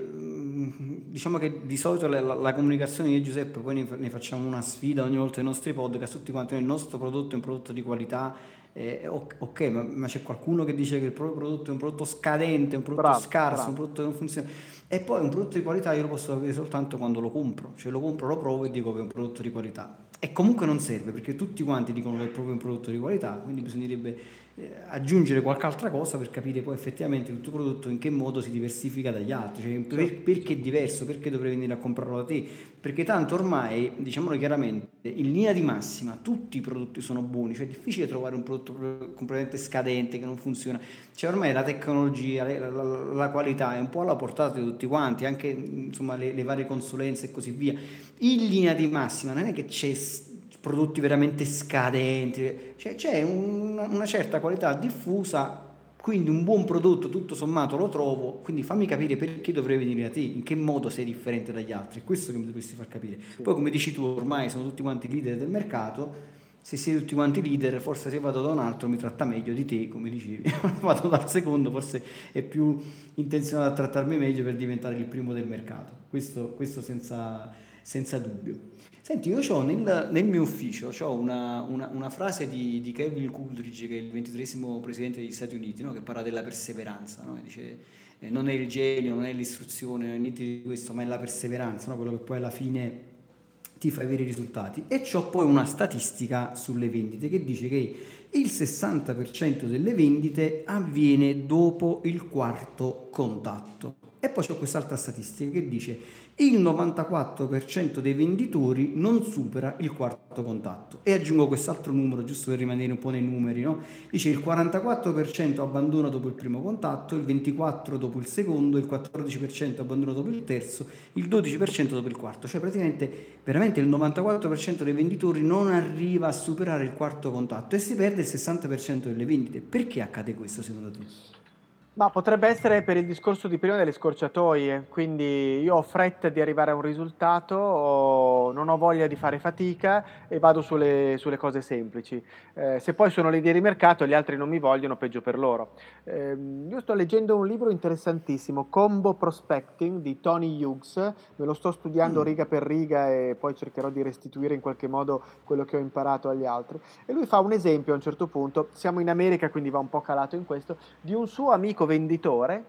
diciamo che di solito la, la, la comunicazione io e Giuseppe poi ne, ne facciamo una sfida ogni volta nei nostri podcast, tutti quanti, il nostro prodotto è un prodotto di qualità, eh, ok, ma, ma c'è qualcuno che dice che il proprio prodotto è un prodotto scadente, un prodotto Bravo, scarso, bravo. un prodotto che non funziona, e poi un prodotto di qualità io lo posso avere soltanto quando lo compro, cioè lo compro, lo provo e dico che è un prodotto di qualità, e comunque non serve perché tutti quanti dicono che è proprio un prodotto di qualità, quindi bisognerebbe aggiungere qualche altra cosa per capire poi effettivamente il tuo prodotto in che modo si diversifica dagli altri, cioè per, Certo, perché certo. è diverso, perché dovrei venire a comprarlo da te, perché tanto ormai, diciamolo chiaramente, in linea di massima tutti i prodotti sono buoni, cioè è difficile trovare un prodotto completamente scadente che non funziona, cioè ormai la tecnologia, la, la, la qualità è un po' alla portata di tutti quanti, anche insomma le, le varie consulenze e così via, in linea di massima non è che c'è prodotti veramente scadenti, cioè, c'è un, una certa qualità diffusa, quindi un buon prodotto tutto sommato lo trovo, quindi fammi capire perché dovrei venire da te, in che modo sei differente dagli altri, è questo che mi dovresti far capire. Sì. Poi come dici tu ormai sono tutti quanti leader del mercato, se siete tutti quanti leader forse se vado da un altro mi tratta meglio di te, come dicevi, vado dal secondo forse è più intenzionato a trattarmi meglio per diventare il primo del mercato, questo, questo senza, senza dubbio. Senti, io ho nel, nel mio ufficio c'ho una, una, una frase di, di Kevin Coolidge, che è il ventitreesimo presidente degli Stati Uniti, no? Che parla della perseveranza, no? Dice eh, non è il genio, non è l'istruzione, non è niente di questo, ma è la perseveranza, no? Quello che poi alla fine ti fa avere i risultati. E c'ho poi una statistica sulle vendite che dice che il sessanta per cento delle vendite avviene dopo il quarto contatto. E poi c'ho quest'altra statistica che dice il novantaquattro per cento dei venditori non supera il quarto contatto. E aggiungo quest'altro numero giusto per rimanere un po' nei numeri, no? Dice il quarantaquattro per cento abbandona dopo il primo contatto, il ventiquattro per cento dopo il secondo, il quattordici per cento abbandona dopo il terzo, il dodici per cento dopo il quarto. Cioè praticamente veramente il novantaquattro per cento dei venditori non arriva a superare il quarto contatto e si perde il sessanta per cento delle vendite. Perché accade questo secondo te? Ma potrebbe essere per il discorso di prima delle scorciatoie, quindi io ho fretta di arrivare a un risultato, ho- non ho voglia di fare fatica e vado sulle, sulle cose semplici. Eh, se poi sono l'idea di mercato e gli altri non mi vogliono, peggio per loro. Ehm, io sto leggendo un libro interessantissimo, Combo Prospecting di Tony Hughes, me lo sto studiando riga per riga e poi cercherò di restituire in qualche modo quello che ho imparato agli altri. E lui fa un esempio a un certo punto, siamo in America quindi va un po' calato in questo, di un suo amico venditore,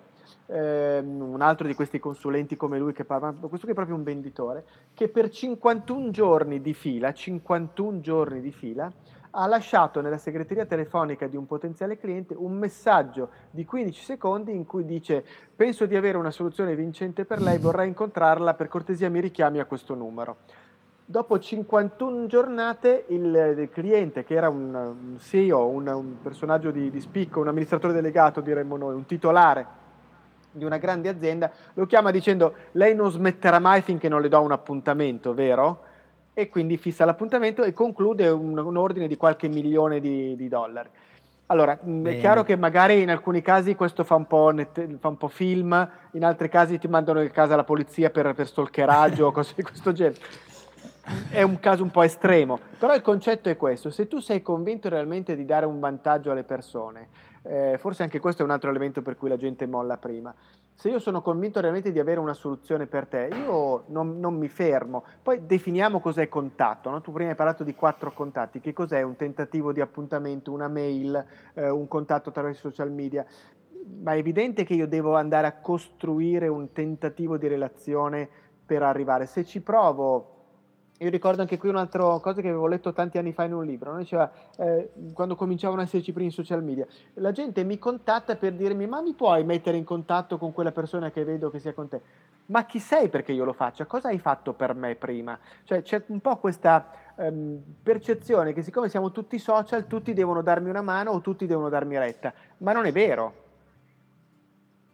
ehm, un altro di questi consulenti come lui che parla, questo qui è proprio un venditore, che per cinquantuno giorni di fila, cinquantuno giorni di fila, ha lasciato nella segreteria telefonica di un potenziale cliente un messaggio di quindici secondi in cui dice: penso di avere una soluzione vincente per lei, vorrei incontrarla, per cortesia mi richiami a questo numero. Dopo cinquantuno giornate il, il cliente, che era un, un C E O, un, un personaggio di, di spicco, un amministratore delegato diremmo noi, un titolare di una grande azienda, lo chiama dicendo: lei non smetterà mai finché non le do un appuntamento, vero? E quindi fissa l'appuntamento e conclude un, un ordine di qualche milione di, di dollari. Allora, mh, è chiaro Bene. che magari in alcuni casi questo fa un po', net- fa un po' film, in altri casi ti mandano il caso alla polizia per, per stalkeraggio o cose di questo genere. È un caso un po' estremo, però il concetto è questo: se tu sei convinto realmente di dare un vantaggio alle persone, eh, forse anche questo è un altro elemento per cui la gente molla prima. Se io sono convinto realmente di avere una soluzione per te, io non, non mi fermo. Poi definiamo cos'è contatto, no? Tu prima hai parlato di quattro contatti. Che cos'è un tentativo di appuntamento, una mail, eh, un contatto attraverso i social media? Ma è evidente che io devo andare a costruire un tentativo di relazione per arrivare. Se ci provo, io ricordo anche qui un'altra cosa che avevo letto tanti anni fa in un libro, no? Diceva, eh, quando cominciavano a esserci primi social media, la gente mi contatta per dirmi: ma mi puoi mettere in contatto con quella persona che vedo che sia con te? Ma chi sei perché io lo faccia? Cosa hai fatto per me prima? Cioè c'è un po' questa ehm, percezione che siccome siamo tutti social, tutti devono darmi una mano o tutti devono darmi retta, ma non è vero. Eh,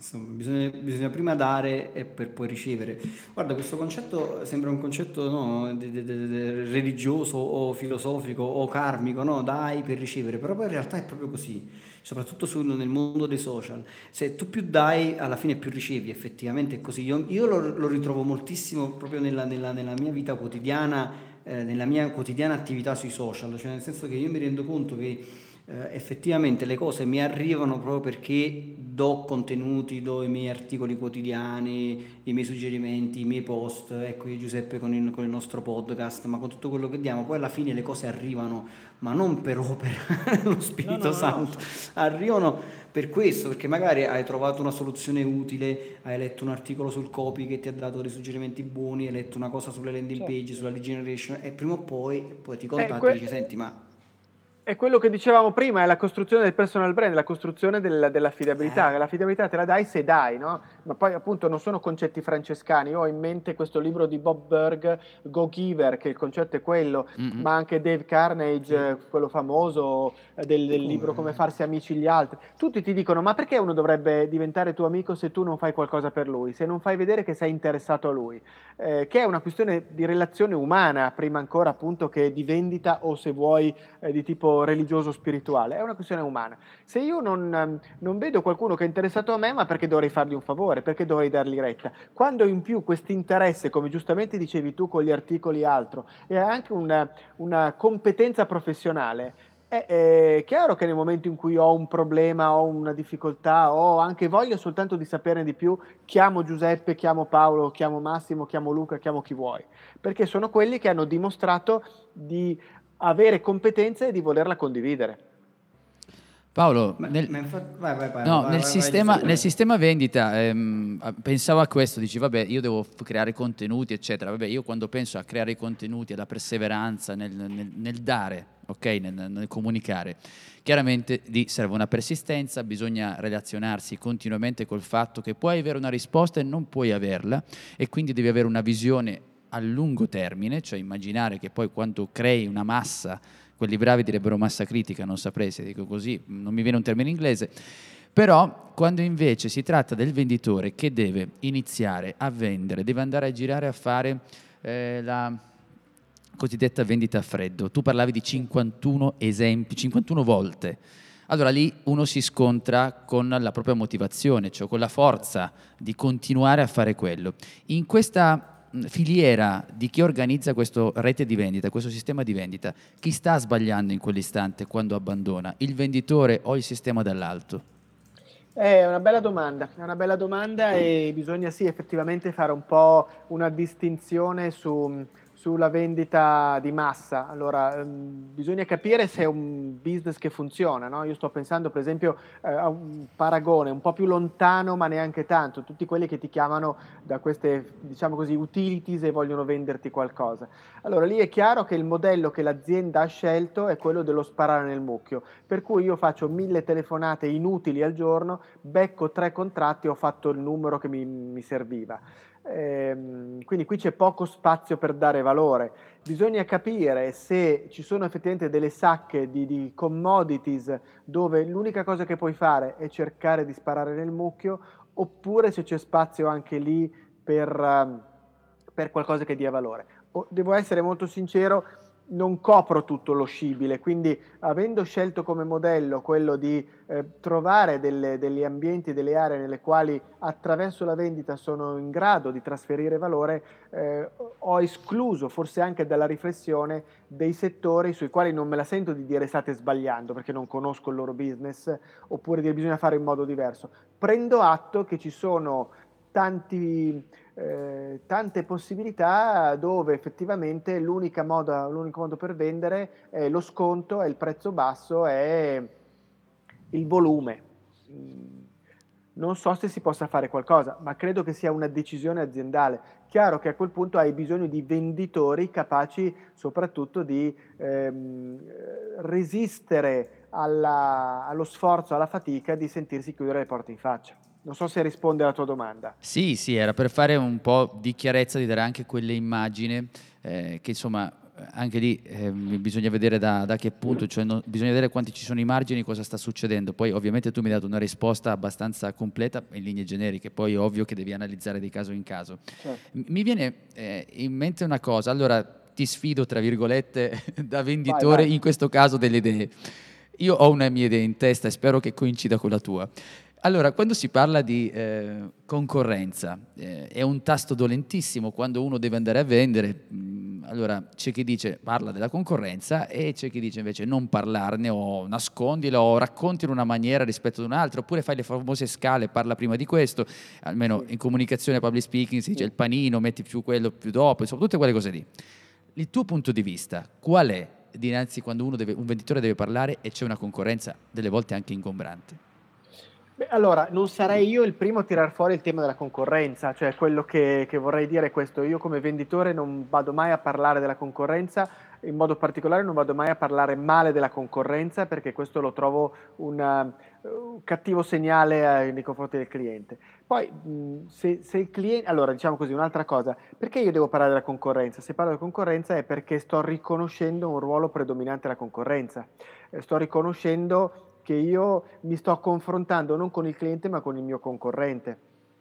insomma, bisogna, bisogna prima dare e per poi ricevere. Guarda, questo concetto sembra un concetto, no, de- de- de- de- religioso o filosofico o karmico, no? Dai per ricevere, però poi in realtà è proprio così, soprattutto sul- nel mondo dei social. Se tu più dai, alla fine più ricevi, effettivamente è così. Io, io lo, lo ritrovo moltissimo proprio nella, nella- nella mia vita quotidiana, eh, nella mia quotidiana attività sui social, cioè nel senso che io mi rendo conto che eh, effettivamente le cose mi arrivano proprio perché do contenuti, do i miei articoli quotidiani, i miei suggerimenti, i miei post, ecco io e Giuseppe con il, con il nostro podcast, ma con tutto quello che diamo, poi alla fine le cose arrivano, ma non per opera dello No, no, Spirito no, no. Santo, arrivano per questo, perché magari hai trovato una soluzione utile, hai letto un articolo sul copy che ti ha dato dei suggerimenti buoni, hai letto una cosa sulle landing Certo. page, sulla lead generation e prima o poi, poi ti Eh, contatti e que- dici, senti, ma... È quello che dicevamo prima, è la costruzione del personal brand, la costruzione del- dell'affidabilità. Eh, L'affidabilità te la dai se dai, no? Ma poi appunto non sono concetti francescani. Io ho in mente questo libro di Bob Burg, Go Giver, che il concetto è quello, Mm-mm. ma anche Dave Carnage, sì. eh, quello famoso eh, del, Sì, del libro Come come... farsi amici gli altri. Tutti ti dicono, ma perché uno dovrebbe diventare tuo amico se tu non fai qualcosa per lui, se non fai vedere che sei interessato a lui? Eh, che è una questione di relazione umana, prima ancora appunto che di vendita o se vuoi eh, di tipo religioso spirituale, è una questione umana. Se io non, ehm, non vedo qualcuno che è interessato a me, ma perché dovrei fargli un favore, perché dovrei dargli retta? Quando in più questo interesse, come giustamente dicevi tu con gli articoli e altro, è anche una, una competenza professionale, è, è chiaro che nel momento in cui ho un problema, ho una difficoltà, ho anche voglia soltanto di saperne di più, chiamo Giuseppe, chiamo Paolo, chiamo Massimo, chiamo Luca, chiamo chi vuoi, perché sono quelli che hanno dimostrato di avere competenze e di volerla condividere. Paolo, Ma, nel, ma infatti... Vai, vai, vai, no, vai, nel vai, vai, sistema, nel Giuseppe. sistema vendita ehm, a- pensavo a questo, dici vabbè io devo f- creare contenuti eccetera, vabbè io quando penso a creare i contenuti, alla perseveranza nel, nel- nel dare, ok, nel, nel comunicare, chiaramente lì serve una persistenza, bisogna relazionarsi continuamente col fatto che puoi avere una risposta e non puoi averla e quindi devi avere una visione a lungo termine, cioè immaginare che poi quando crei una massa, quelli bravi direbbero massa critica, non saprei se dico così, non mi viene un termine inglese, però quando invece si tratta del venditore che deve iniziare a vendere, deve andare a girare a fare eh, la cosiddetta vendita a freddo, tu parlavi di cinquantuno esempi, cinquantuno volte, allora lì uno si scontra con la propria motivazione, cioè con la forza di continuare a fare quello. In questa mh, filiera di chi organizza questo rete di vendita, questo sistema di vendita, chi sta sbagliando in quell'istante quando abbandona? Il venditore o il sistema dall'alto? È una bella domanda, è una bella domanda e bisogna sì effettivamente fare un po' una distinzione su, sulla vendita di massa. Allora, ehm, bisogna capire se è un business che funziona, no? Io sto pensando per esempio eh, a un paragone un po' più lontano, ma neanche tanto, tutti quelli che ti chiamano da queste, diciamo così, utilities e vogliono venderti qualcosa. Allora, lì è chiaro che il modello che l'azienda ha scelto è quello dello sparare nel mucchio, per cui io faccio mille telefonate inutili al giorno, becco tre contratti, ho fatto il numero che mi, mi serviva. Ehm, quindi qui c'è poco spazio per dare valore. Bisogna capire se ci sono effettivamente delle sacche di, di commodities dove l'unica cosa che puoi fare è cercare di sparare nel mucchio, oppure se c'è spazio anche lì per, ehm, per qualcosa che dia valore. O- devo essere molto sincero, non copro tutto lo scibile, quindi avendo scelto come modello quello di eh, trovare delle, degli ambienti, delle aree nelle quali attraverso la vendita sono in grado di trasferire valore, eh, ho escluso forse anche dalla riflessione dei settori sui quali non me la sento di dire state sbagliando perché non conosco il loro business oppure dire bisogna fare in modo diverso. Prendo atto che ci sono tanti eh, tante possibilità dove effettivamente l'unica modo, l'unico modo per vendere è lo sconto, è il prezzo basso, è il volume. Mm, Non so se si possa fare qualcosa, ma credo che sia una decisione aziendale. Chiaro che a quel punto hai bisogno di venditori capaci soprattutto di ehm, resistere alla, allo sforzo, alla fatica di sentirsi chiudere le porte in faccia. Non so se risponde alla tua domanda. Sì, sì, era per fare un po' di chiarezza, di dare anche quelle immagini eh, che insomma anche lì eh, bisogna vedere da, da che punto, cioè no, bisogna vedere quanti ci sono i margini, cosa sta succedendo. Poi ovviamente tu mi hai dato una risposta abbastanza completa in linee generiche, poi è ovvio che devi analizzare di caso in caso. Certo. Mi viene eh, in mente una cosa, allora ti sfido tra virgolette da venditore, vai, vai. In questo caso delle idee. Io ho una mia idea in testa e spero che coincida con la tua. Allora, quando si parla di eh, concorrenza, eh, è un tasto dolentissimo quando uno deve andare a vendere. Mh, allora, c'è chi dice parla della concorrenza e c'è chi dice invece non parlarne o nascondila o racconti in una maniera rispetto ad un'altra, oppure fai le famose scale, parla prima di questo, almeno sì. In comunicazione public speaking si dice sì. Il panino, metti più quello più dopo, insomma tutte quelle cose lì. Il tuo punto di vista, qual è dinanzi quando uno deve, un venditore deve parlare e c'è una concorrenza delle volte anche ingombrante? Beh, allora, non sarei io il primo a tirar fuori il tema della concorrenza, cioè quello che, che vorrei dire è questo: io come venditore non vado mai a parlare della concorrenza, in modo particolare non vado mai a parlare male della concorrenza, perché questo lo trovo un uh, cattivo segnale eh, nei confronti del cliente. Poi, mh, se, se il cliente, allora diciamo così, un'altra cosa, perché io devo parlare della concorrenza? Se parlo della concorrenza è perché sto riconoscendo un ruolo predominante alla concorrenza, eh, sto riconoscendo che io mi sto confrontando non con il cliente ma con il mio concorrente.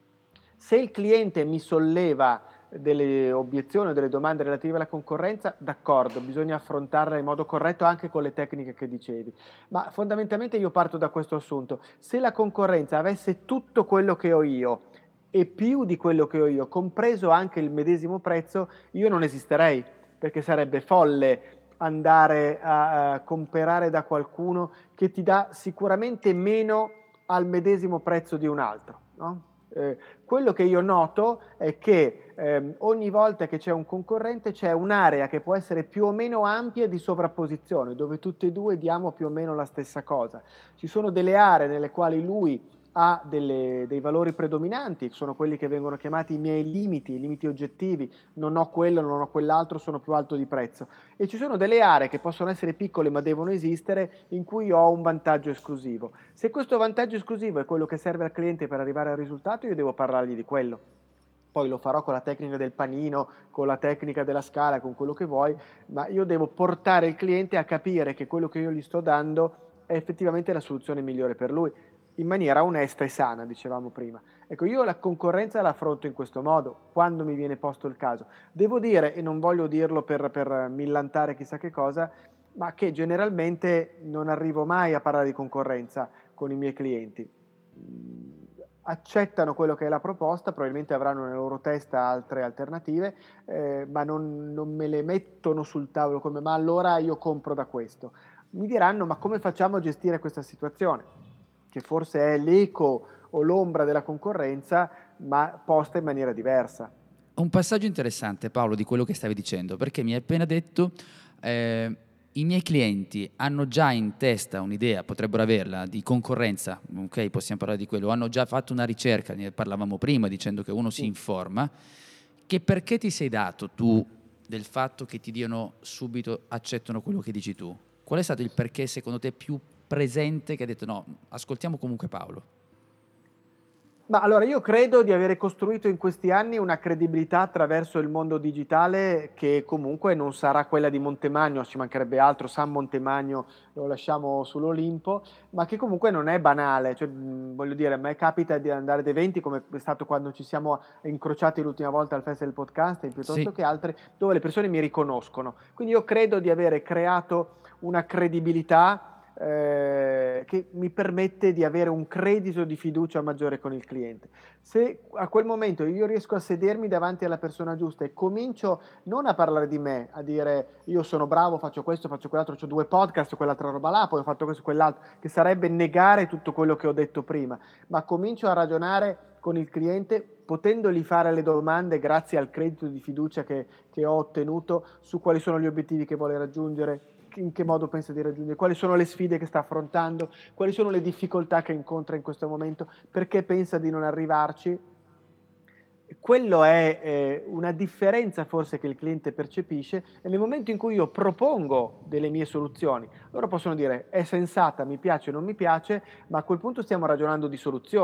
Se il cliente mi solleva delle obiezioni o delle domande relative alla concorrenza, d'accordo, bisogna affrontarla in modo corretto anche con le tecniche che dicevi, ma fondamentalmente io parto da questo assunto: se la concorrenza avesse tutto quello che ho io e più di quello che ho io, compreso anche il medesimo prezzo, io non esisterei, perché sarebbe folle andare a, a comprare da qualcuno che ti dà sicuramente meno al medesimo prezzo di un altro, no? Eh, quello che io noto è che eh, ogni volta che c'è un concorrente c'è un'area che può essere più o meno ampia di sovrapposizione, dove tutti e due diamo più o meno la stessa cosa. Ci sono delle aree nelle quali lui ha delle, dei valori predominanti, sono quelli che vengono chiamati i miei limiti, i limiti oggettivi: non ho quello, non ho quell'altro, sono più alto di prezzo. E ci sono delle aree che possono essere piccole ma devono esistere, in cui ho un vantaggio esclusivo. Se questo vantaggio esclusivo è quello che serve al cliente per arrivare al risultato, io devo parlargli di quello. Poi lo farò con la tecnica del panino, con la tecnica della scala, con quello che vuoi, ma io devo portare il cliente a capire che quello che io gli sto dando è effettivamente la soluzione migliore per lui, in maniera onesta e sana, dicevamo prima. Ecco, io la concorrenza la affronto in questo modo, quando mi viene posto il caso. Devo dire, e non voglio dirlo per, per millantare chissà che cosa, ma che generalmente non arrivo mai a parlare di concorrenza con i miei clienti. Accettano quello che è la proposta, probabilmente avranno nella loro testa altre alternative, eh, ma non, non me le mettono sul tavolo come: ma allora io compro da questo. Mi diranno: ma come facciamo a gestire questa situazione? Che forse è l'eco o l'ombra della concorrenza, ma posta in maniera diversa. Un passaggio interessante, Paolo, di quello che stavi dicendo, perché mi hai appena detto eh, i miei clienti hanno già in testa un'idea, potrebbero averla, di concorrenza, ok, possiamo parlare di quello, hanno già fatto una ricerca, ne parlavamo prima, dicendo che uno sì. Si informa, che perché ti sei dato tu del fatto che ti diano subito, accettano quello che dici tu? Qual è stato il perché secondo te più presente che ha detto no, ascoltiamo comunque Paolo? Ma allora, io credo di avere costruito in questi anni una credibilità attraverso il mondo digitale che comunque non sarà quella di Montemagno, ci mancherebbe altro, San Montemagno lo lasciamo sull'Olimpo, ma che comunque non è banale. Cioè, mh, voglio dire, a me capita di andare ad eventi, come è stato quando ci siamo incrociati l'ultima volta al Festival del Podcasting, piuttosto sì. che altre, dove le persone mi riconoscono. Quindi io credo di avere creato una credibilità Eh, che mi permette di avere un credito di fiducia maggiore con il cliente. Se a quel momento io riesco a sedermi davanti alla persona giusta e comincio non a parlare di me, a dire io sono bravo, faccio questo, faccio quell'altro, ho due podcast, quell'altra roba là, poi ho fatto questo, quell'altro, che sarebbe negare tutto quello che ho detto prima, ma comincio a ragionare con il cliente, potendogli fare le domande grazie al credito di fiducia che, che ho ottenuto su quali sono gli obiettivi che vuole raggiungere, in che modo pensa di raggiungere, quali sono le sfide che sta affrontando, quali sono le difficoltà che incontra in questo momento, perché pensa di non arrivarci. Quello è eh, una differenza forse che il cliente percepisce, e nel momento in cui io propongo delle mie soluzioni, loro possono dire è sensata, mi piace o non mi piace, ma a quel punto stiamo ragionando di soluzioni.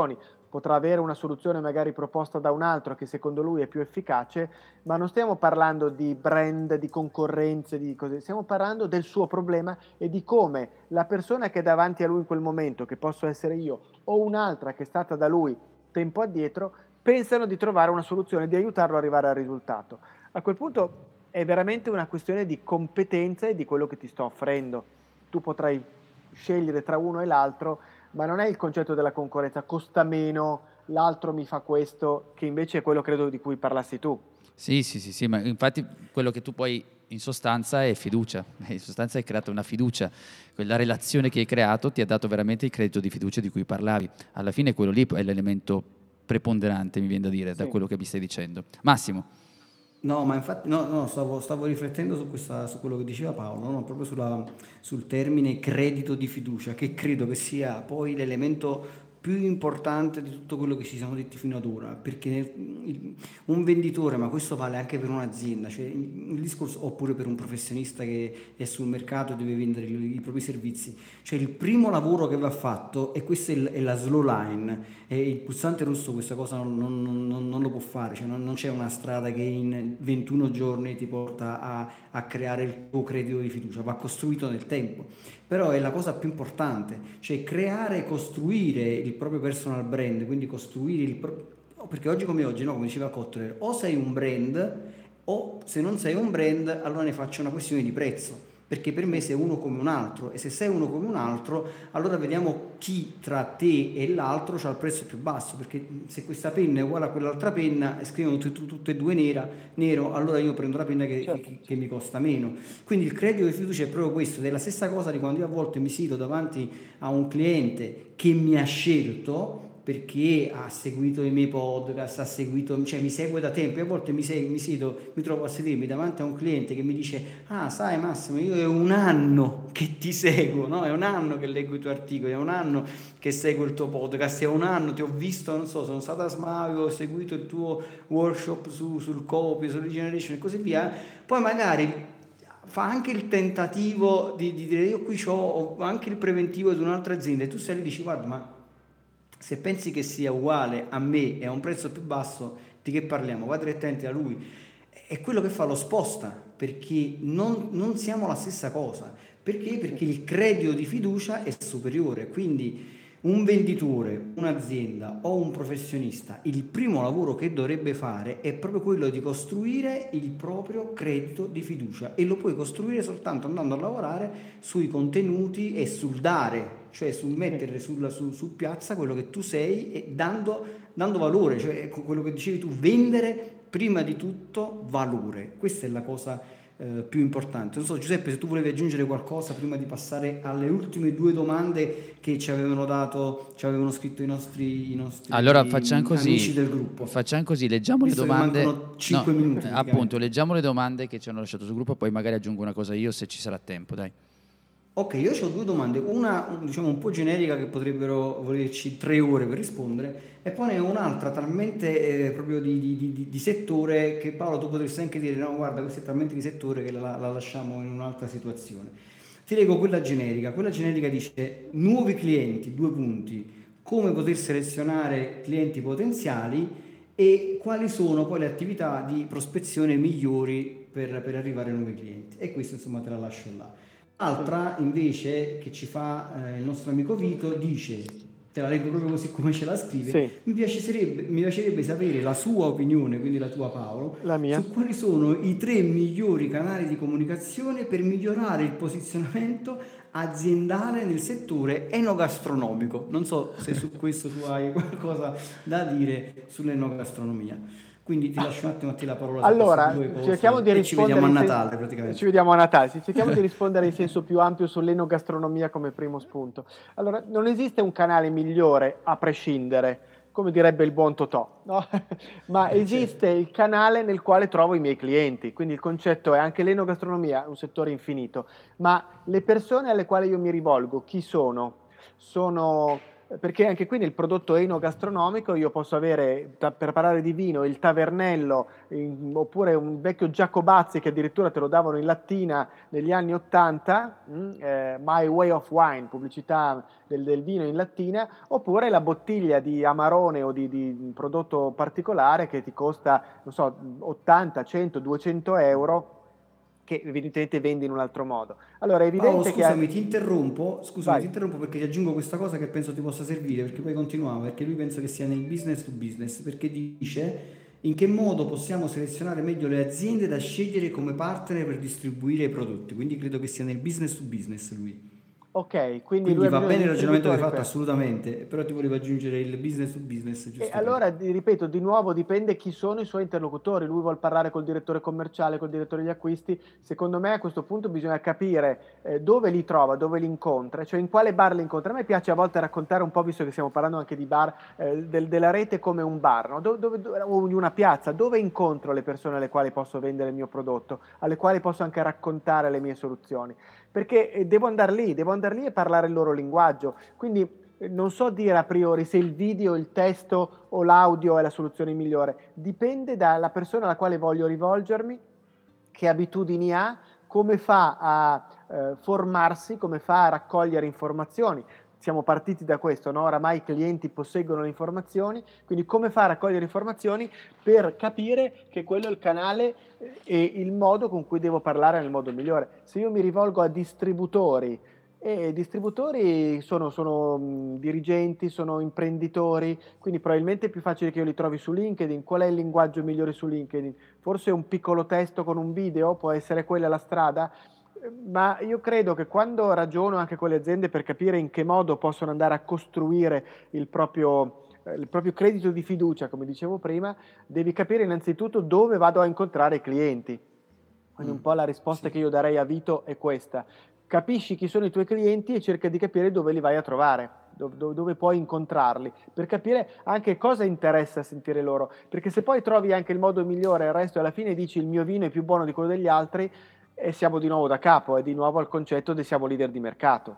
potrà avere una soluzione magari proposta da un altro che secondo lui è più efficace, ma non stiamo parlando di brand, di concorrenze, di cose, stiamo parlando del suo problema e di come la persona che è davanti a lui in quel momento, che posso essere io, o un'altra che è stata da lui tempo addietro, pensano di trovare una soluzione, di aiutarlo ad arrivare al risultato. A quel punto è veramente una questione di competenza e di quello che ti sto offrendo. Tu potrai scegliere tra uno e l'altro, ma non è il concetto della concorrenza, costa meno, l'altro mi fa questo, che invece è quello credo di cui parlassi tu. Sì, sì, sì, sì, ma infatti quello che tu poi in sostanza è fiducia, in sostanza hai creato una fiducia, quella relazione che hai creato ti ha dato veramente il credito di fiducia di cui parlavi, alla fine quello lì è l'elemento preponderante, mi viene da dire, Sì. da quello che mi stai dicendo. Massimo. No, ma infatti no, no, stavo, stavo riflettendo su, questa, su quello che diceva Paolo, no? Proprio sulla- sul termine credito di fiducia, che credo che sia poi l'elemento più importante di tutto quello che ci siamo detti fino ad ora, perché nel- il- un venditore, ma questo vale anche per un'azienda, cioè il il discorso, oppure per un professionista che è sul mercato e deve vendere i, i propri servizi, cioè il primo lavoro che va fatto, e questa è, il- è la slow line, e il pulsante rosso questa cosa non, non- non- non lo può fare, cioè non, non c'è una strada che in ventuno giorni ti porta a, a creare il tuo credito di fiducia, va costruito nel tempo. Però è la cosa più importante, cioè creare e costruire il proprio personal brand, quindi costruire il proprio... Perché oggi come oggi, no, come diceva Kotler, o sei un brand o se non sei un brand allora ne faccio una questione di prezzo. Perché per me sei uno come un altro, e se sei uno come un altro, allora vediamo chi tra te e l'altro ha il prezzo più basso, perché se questa penna è uguale a quell'altra penna e scrivono tutte, tutte e due nera, nero, allora io prendo la penna che, Certo. che, che mi costa meno. Quindi il credito di fiducia è proprio questo, ed è la stessa cosa di quando io a volte mi siedo davanti a un cliente che mi ha scelto perché ha seguito i miei podcast, ha seguito, cioè mi segue da tempo, e a volte mi, seg- mi siedo, mi trovo a sedermi davanti a un cliente che mi dice: ah, sai Massimo, io è un anno che ti seguo, no? È un anno che leggo i tuoi articoli, è un anno che seguo il tuo podcast, è un anno, ti ho visto, non so, sono stato a Smavio, ho seguito il tuo workshop su, sul copy, sulle generation e così via. Poi magari fa anche il tentativo di, di dire: io qui ho anche il preventivo di un'altra azienda, e tu sei lì e dici: guarda, ma se pensi che sia uguale a me e a un prezzo più basso, di che parliamo? Va direttamente da lui. È quello che fa, lo sposta, perché non, non siamo la stessa cosa. Perché? Perché il credito di fiducia è superiore. Quindi un venditore, un'azienda o un professionista, il primo lavoro che dovrebbe fare è proprio quello di costruire il proprio credito di fiducia, e lo puoi costruire soltanto andando a lavorare sui contenuti e sul dare, cioè sul mettere sulla, su, su piazza quello che tu sei, e dando, dando valore, cioè quello che dicevi tu, vendere prima di tutto valore. Questa è la cosa eh, più importante. Non so, Giuseppe, se tu volevi aggiungere qualcosa prima di passare alle ultime due domande che ci avevano dato, ci avevano scritto i nostri, i nostri Allora facciamo amici così, del gruppo. facciamo così, leggiamo Visto le che domande. mancano cinque No, minuti eh, praticamente. appunto, leggiamo le domande che ci hanno lasciato sul gruppo, poi magari aggiungo una cosa io se ci sarà tempo, dai. Ok, io ho due domande, una diciamo un po' generica che potrebbero volerci tre ore per rispondere, e poi ne ho un'altra talmente eh, proprio di, di- di- di settore, che Paolo tu potresti anche dire: no, guarda, questa è talmente di settore che la, la lasciamo in un'altra situazione. Ti leggo quella generica. Quella generica dice: nuovi clienti, due punti, come poter selezionare clienti potenziali e quali sono poi le attività di prospezione migliori per, per arrivare a nuovi clienti. E questo insomma te la lascio là. Altra invece che ci fa eh, il nostro amico Vito dice, te la leggo proprio così come ce la scrive: Sì, mi piacerebbe, mi piacerebbe sapere la sua opinione, quindi la tua Paolo, la mia. su quali sono i tre migliori canali di comunicazione per migliorare il posizionamento aziendale nel settore enogastronomico. Non so se su questo tu hai qualcosa da dire sull'enogastronomia. Quindi ti lascio un attimo a te la parola su queste Allora, due cerchiamo di cose e ci rispondere vediamo a in sen- Natale ci praticamente. vediamo a Natale, sì, cerchiamo di rispondere in senso più ampio sull'enogastronomia come primo spunto. Allora, non esiste un canale migliore a prescindere, come direbbe il buon Totò, no? Ma Eh, certo. esiste il canale nel quale trovo i miei clienti, quindi il concetto è anche l'enogastronomia, è un settore infinito, ma le persone alle quali io mi rivolgo, chi sono? Sono perché anche qui nel prodotto enogastronomico io posso avere, ta- per parlare di vino, il tavernello, in- oppure un vecchio Giacobazzi che addirittura te lo davano in lattina negli anni ottanta, mm, eh, My Way of Wine, pubblicità del, del vino in lattina, oppure la bottiglia di Amarone o di, di un prodotto particolare che ti costa, non so, ottanta, cento, duecento euro, che evidentemente vendi in un altro modo. Allora è Paolo, evidente che... scusami, ti interrompo, scusami, ti Vai. interrompo perché ti aggiungo questa cosa che penso ti possa servire, perché poi continuiamo, perché lui pensa che sia nel business to business, perché dice in che modo possiamo selezionare meglio le aziende da scegliere come partner per distribuire i prodotti, quindi credo che sia nel business to business lui. Ok, quindi lui Quindi ha va bisogno di bene il ragionamento che hai distributori fatto per... assolutamente, però ti volevo aggiungere il business to business E giusto per... allora, di- ripeto, di nuovo dipende chi sono i suoi interlocutori. Lui vuol parlare col direttore commerciale, col direttore degli acquisti. Secondo me a questo punto bisogna capire eh, dove li trova, dove li incontra, cioè in quale bar li incontra. A me piace a volte raccontare un po', visto che stiamo parlando anche di bar, eh, del- della rete come un bar, no? Dove- dove- dove- o di una piazza, dove incontro le persone alle quali posso vendere il mio prodotto, alle quali posso anche raccontare le mie soluzioni. Perché eh, devo andare lì, devo andare lì e parlare il loro linguaggio. Quindi non so dire a priori se il video, il testo o l'audio è la soluzione migliore, dipende dalla persona alla quale voglio rivolgermi, che abitudini ha, come fa a eh, formarsi, come fa a raccogliere informazioni. Siamo partiti da questo, no? Oramai i clienti posseggono le informazioni, quindi come fa a raccogliere informazioni per capire che quello è il canale eh, e il modo con cui devo parlare nel modo migliore. Se io mi rivolgo a distributori, e i distributori sono, sono mh, dirigenti, sono imprenditori, quindi probabilmente è più facile che io li trovi su LinkedIn. Qual è il linguaggio migliore su LinkedIn? Forse un piccolo testo con un video, può essere quella la strada, eh, ma io credo che quando ragiono anche con le aziende per capire in che modo possono andare a costruire il proprio, eh, il proprio credito di fiducia, come dicevo prima, devi capire innanzitutto dove vado a incontrare i clienti. Quindi un Mm, po' la risposta sì. che io darei a Vito è questa: capisci chi sono i tuoi clienti e cerca di capire dove li vai a trovare, dove, dove- dove puoi incontrarli, per capire anche cosa interessa sentire loro. Perché se poi trovi anche il modo migliore e il resto, e alla fine dici il mio vino è più buono di quello degli altri, e siamo di nuovo da capo, è di nuovo al concetto di siamo leader di mercato.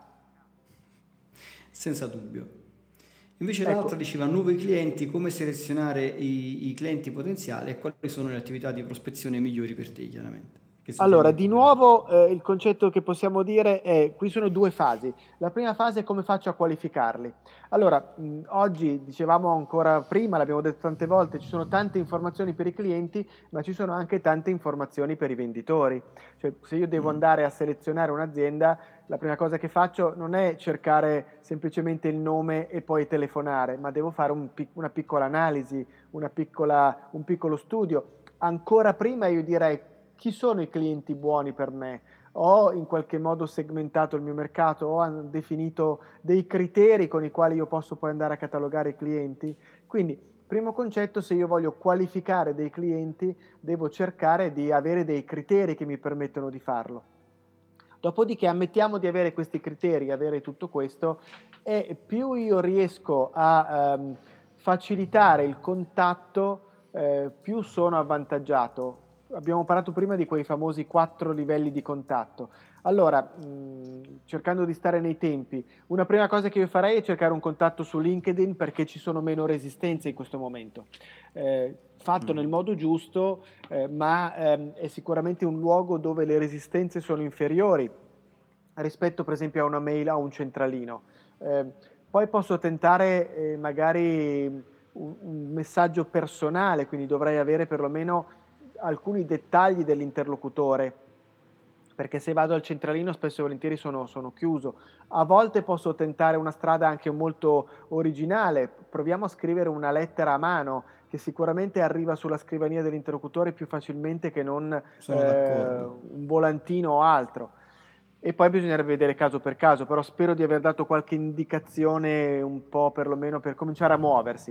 Senza dubbio. Invece l'altra Ecco, diceva nuovi clienti, come selezionare i, i clienti potenziali e quali sono le attività di prospezione migliori per te, chiaramente. Che allora, di suggerimento mi dai? nuovo eh, il concetto che possiamo dire è, qui sono due fasi. La prima fase è come faccio a qualificarli. Allora, mh, oggi, dicevamo ancora prima, l'abbiamo detto tante volte, ci sono tante informazioni per i clienti, ma ci sono anche tante informazioni per i venditori. Cioè, se io devo Mm, andare a selezionare un'azienda, la prima cosa che faccio non è cercare semplicemente il nome e poi telefonare, ma devo fare un pic- una piccola analisi, una piccola, un piccolo studio. Ancora prima io direi chi sono i clienti buoni per me? Ho in qualche modo segmentato il mio mercato, ho definito dei criteri con i quali io posso poi andare a catalogare i clienti. Quindi, primo concetto, se io voglio qualificare dei clienti, devo cercare di avere dei criteri che mi permettono di farlo. Dopodiché ammettiamo di avere questi criteri, avere tutto questo, e più io riesco a ehm, facilitare il contatto, eh, più sono avvantaggiato. Abbiamo parlato prima di quei famosi quattro livelli di contatto. Allora, mh, cercando di stare nei tempi, una prima cosa che io farei è cercare un contatto su LinkedIn perché ci sono meno resistenze in questo momento. Eh, fatto nel mm. modo giusto, eh, ma ehm, è sicuramente un luogo dove le resistenze sono inferiori rispetto per esempio a una mail o a un centralino. Eh, poi posso tentare eh, magari un, un messaggio personale, quindi dovrei avere perlomeno alcuni dettagli dell'interlocutore, perché se vado al centralino spesso e volentieri sono, sono chiuso. A volte posso tentare una strada anche molto originale, proviamo a scrivere una lettera a mano che sicuramente arriva sulla scrivania dell'interlocutore più facilmente che non Sono eh, d'accordo. un volantino o altro. E poi bisognerebbe vedere caso per caso, però spero di aver dato qualche indicazione un po' perlomeno per cominciare a muoversi.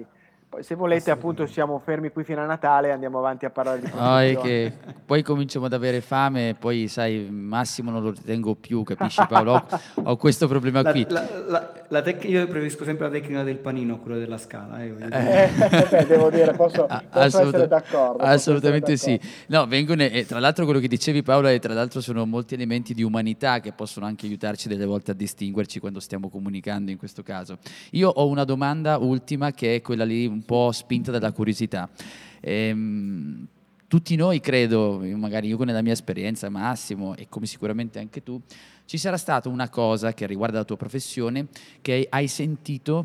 Poi se volete appunto siamo fermi qui fino a Natale e andiamo avanti a parlare di No, è costruzione. che poi cominciamo ad avere fame e poi sai, Massimo non lo ritengo più, capisci Paolo? Ho, ho questo problema La, qui. la, la, la tec- io preferisco sempre la tecnica del panino, quella della scala. Eh, voglio dire. Eh, beh, devo dire, posso, A- posso assoluta- essere d'accordo. posso Assolutamente essere sì. No, vengono, e tra l'altro quello che dicevi Paolo, e tra l'altro sono molti elementi di umanità che possono anche aiutarci delle volte a distinguerci quando stiamo comunicando in questo caso. Io ho una domanda ultima che è quella lì un po' spinta dalla curiosità. Ehm, tutti noi credo, io magari io nella mia esperienza, Massimo, e come sicuramente anche tu, ci sarà stata una cosa che riguarda la tua professione che hai sentito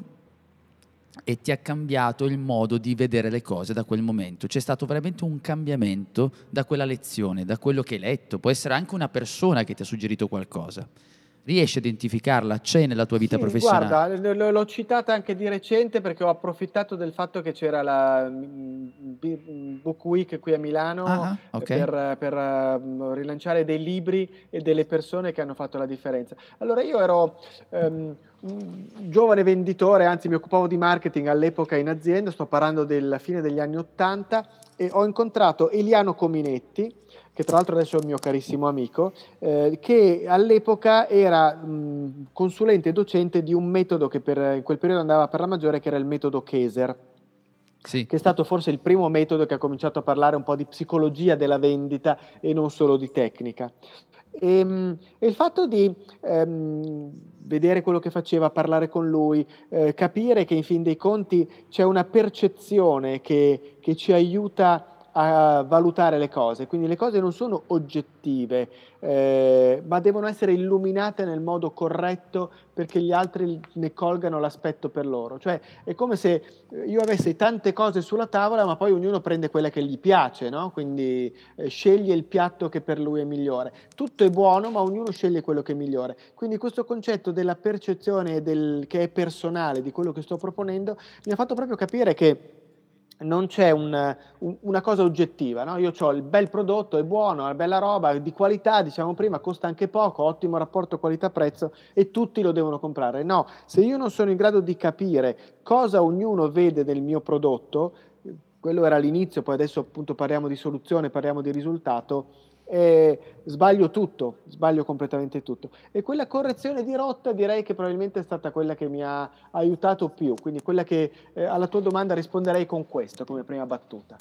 e ti ha cambiato il modo di vedere le cose da quel momento. C'è stato veramente un cambiamento da quella lezione, da quello che hai letto. Può essere anche una persona che ti ha suggerito qualcosa. Riesci a identificarla? C'è nella tua vita Sì, professionale? guarda, l- l- l'ho citata anche di recente perché ho approfittato del fatto che c'era la mm, B- Book Week qui a Milano Ah, ah, ok. per, per, eh, rilanciare dei libri e delle persone che hanno fatto la differenza. Allora io ero ehm, un giovane venditore, anzi mi occupavo di marketing all'epoca in azienda, sto parlando della fine degli anni Ottanta, e ho incontrato Eliano Cominetti, che tra l'altro adesso è un mio carissimo amico, eh, che all'epoca era mh, consulente e docente di un metodo che per, in quel periodo andava per la maggiore, che era il metodo Kaiser, Sì. che è stato forse il primo metodo che ha cominciato a parlare un po' di psicologia della vendita e non solo di tecnica. E, mh, e il fatto di ehm, vedere quello che faceva, parlare con lui, eh, capire che in fin dei conti c'è una percezione che, che ci aiuta a valutare le cose, quindi le cose non sono oggettive, eh, ma devono essere illuminate nel modo corretto perché gli altri ne colgano l'aspetto per loro. Cioè è come se io avessi tante cose sulla tavola, ma poi ognuno prende quella che gli piace, no? Quindi eh, sceglie il piatto che per lui è migliore. Tutto è buono, ma ognuno sceglie quello che è migliore. Quindi questo concetto della percezione del, che è personale di quello che sto proponendo mi ha fatto proprio capire che non c'è un, un, una cosa oggettiva, no? Io ho il bel prodotto, è buono, è bella roba, di qualità, diciamo prima, costa anche poco, ottimo rapporto qualità-prezzo e tutti lo devono comprare. No, se io non sono in grado di capire cosa ognuno vede del mio prodotto, quello era l'inizio, poi adesso appunto parliamo di soluzione, parliamo di risultato, eh, sbaglio tutto, sbaglio completamente tutto. E quella correzione di rotta direi che probabilmente è stata quella che mi ha aiutato più, quindi quella che eh, alla tua domanda risponderei con questo come prima battuta.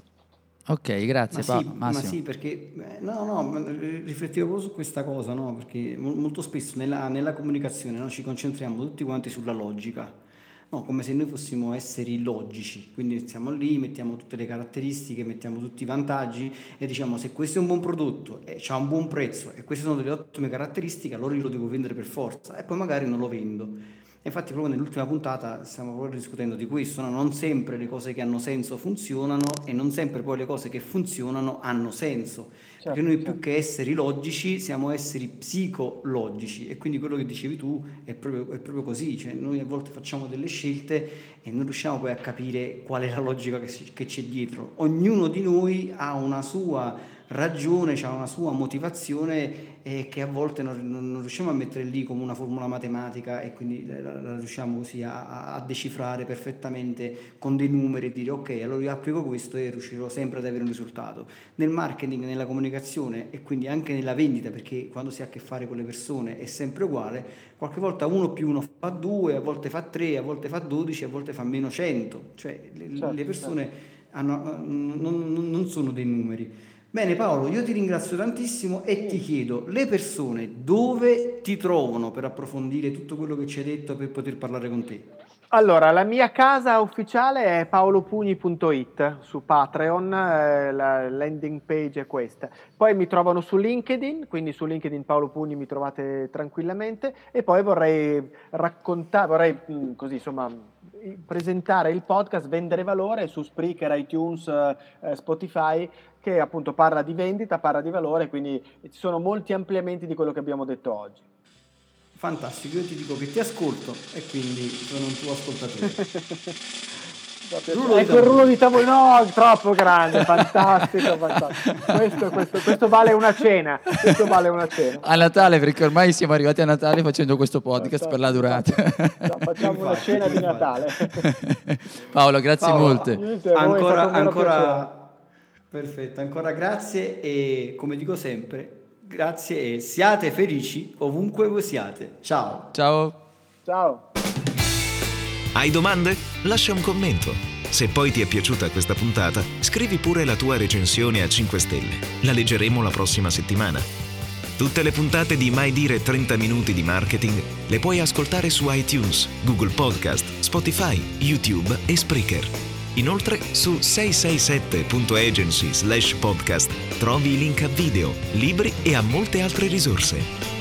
Ok, grazie Ma sì, Paolo. ma Massimo. sì, perché eh, no, no, ma, eh, riflettevo proprio su questa cosa, no? Perché mo- molto spesso nella, nella comunicazione, no, ci concentriamo tutti quanti sulla logica, no? Come se noi fossimo esseri logici, quindi stiamo lì, mettiamo tutte le caratteristiche, mettiamo tutti i vantaggi e diciamo se questo è un buon prodotto e ha un buon prezzo e queste sono delle ottime caratteristiche, allora io lo devo vendere per forza e poi magari non lo vendo. E infatti proprio nell'ultima puntata stiamo proprio discutendo di questo, no? Non sempre le cose che hanno senso funzionano e non sempre poi le cose che funzionano hanno senso, perché Certo, noi più certo. che esseri logici siamo esseri psicologici e quindi quello che dicevi tu è proprio, è proprio così, cioè noi a volte facciamo delle scelte e non riusciamo poi a capire qual è la logica che, si- che c'è dietro. Ognuno di noi ha una sua ragione, ha una sua motivazione e che a volte non, non- non riusciamo a mettere lì come una formula matematica e quindi la, la riusciamo così a, a- a decifrare perfettamente con dei numeri e dire ok, allora io applico questo e riuscirò sempre ad avere un risultato. Nel marketing, nella comunicazione e quindi anche nella vendita, perché quando si ha a che fare con le persone è sempre uguale, qualche volta uno più uno fa due, a volte fa tre, a volte fa dodici, a volte fa meno cento, cioè le, le Certo, certo. persone hanno- non, non- non sono dei numeri. Bene Paolo, io ti ringrazio tantissimo e ti chiedo, le persone dove ti trovano per approfondire tutto quello che ci hai detto per poter parlare con te? Allora, la mia casa ufficiale è paolopugni punto it su Patreon, eh, la landing page è questa. Poi mi trovano su LinkedIn, quindi su LinkedIn Paolo Pugni mi trovate tranquillamente e poi vorrei raccontare, vorrei mh, così insomma i- presentare il podcast, vendere valore su Spreaker, iTunes, eh, eh, Spotify, che appunto parla di vendita, parla di valore, quindi ci sono molti ampliamenti di quello che abbiamo detto oggi. Fantastico, io ti dico che ti ascolto e quindi sono un tuo ascoltatore. Ecco il rullo di tavolo, no, troppo grande, fantastico, fantastico. Questo, questo, questo vale una cena, questo vale una cena. A Natale, perché ormai siamo arrivati a Natale facendo questo podcast per la durata. No, facciamo una cena di Natale. Paolo, grazie Paolo, molte. Niente, ancora, ancora, perfetto, ancora grazie e come dico sempre, grazie e siate felici ovunque voi siate. Ciao. Ciao. Ciao. Hai domande? Lascia un commento. Se poi ti è piaciuta questa puntata, scrivi pure la tua recensione a cinque stelle. La leggeremo la prossima settimana. Tutte le puntate di Mai Dire trenta minuti di marketing le puoi ascoltare su iTunes, Google Podcast, Spotify, YouTube e Spreaker. Inoltre su sei sei sette punto agency slash podcast trovi i link a video, libri e a molte altre risorse.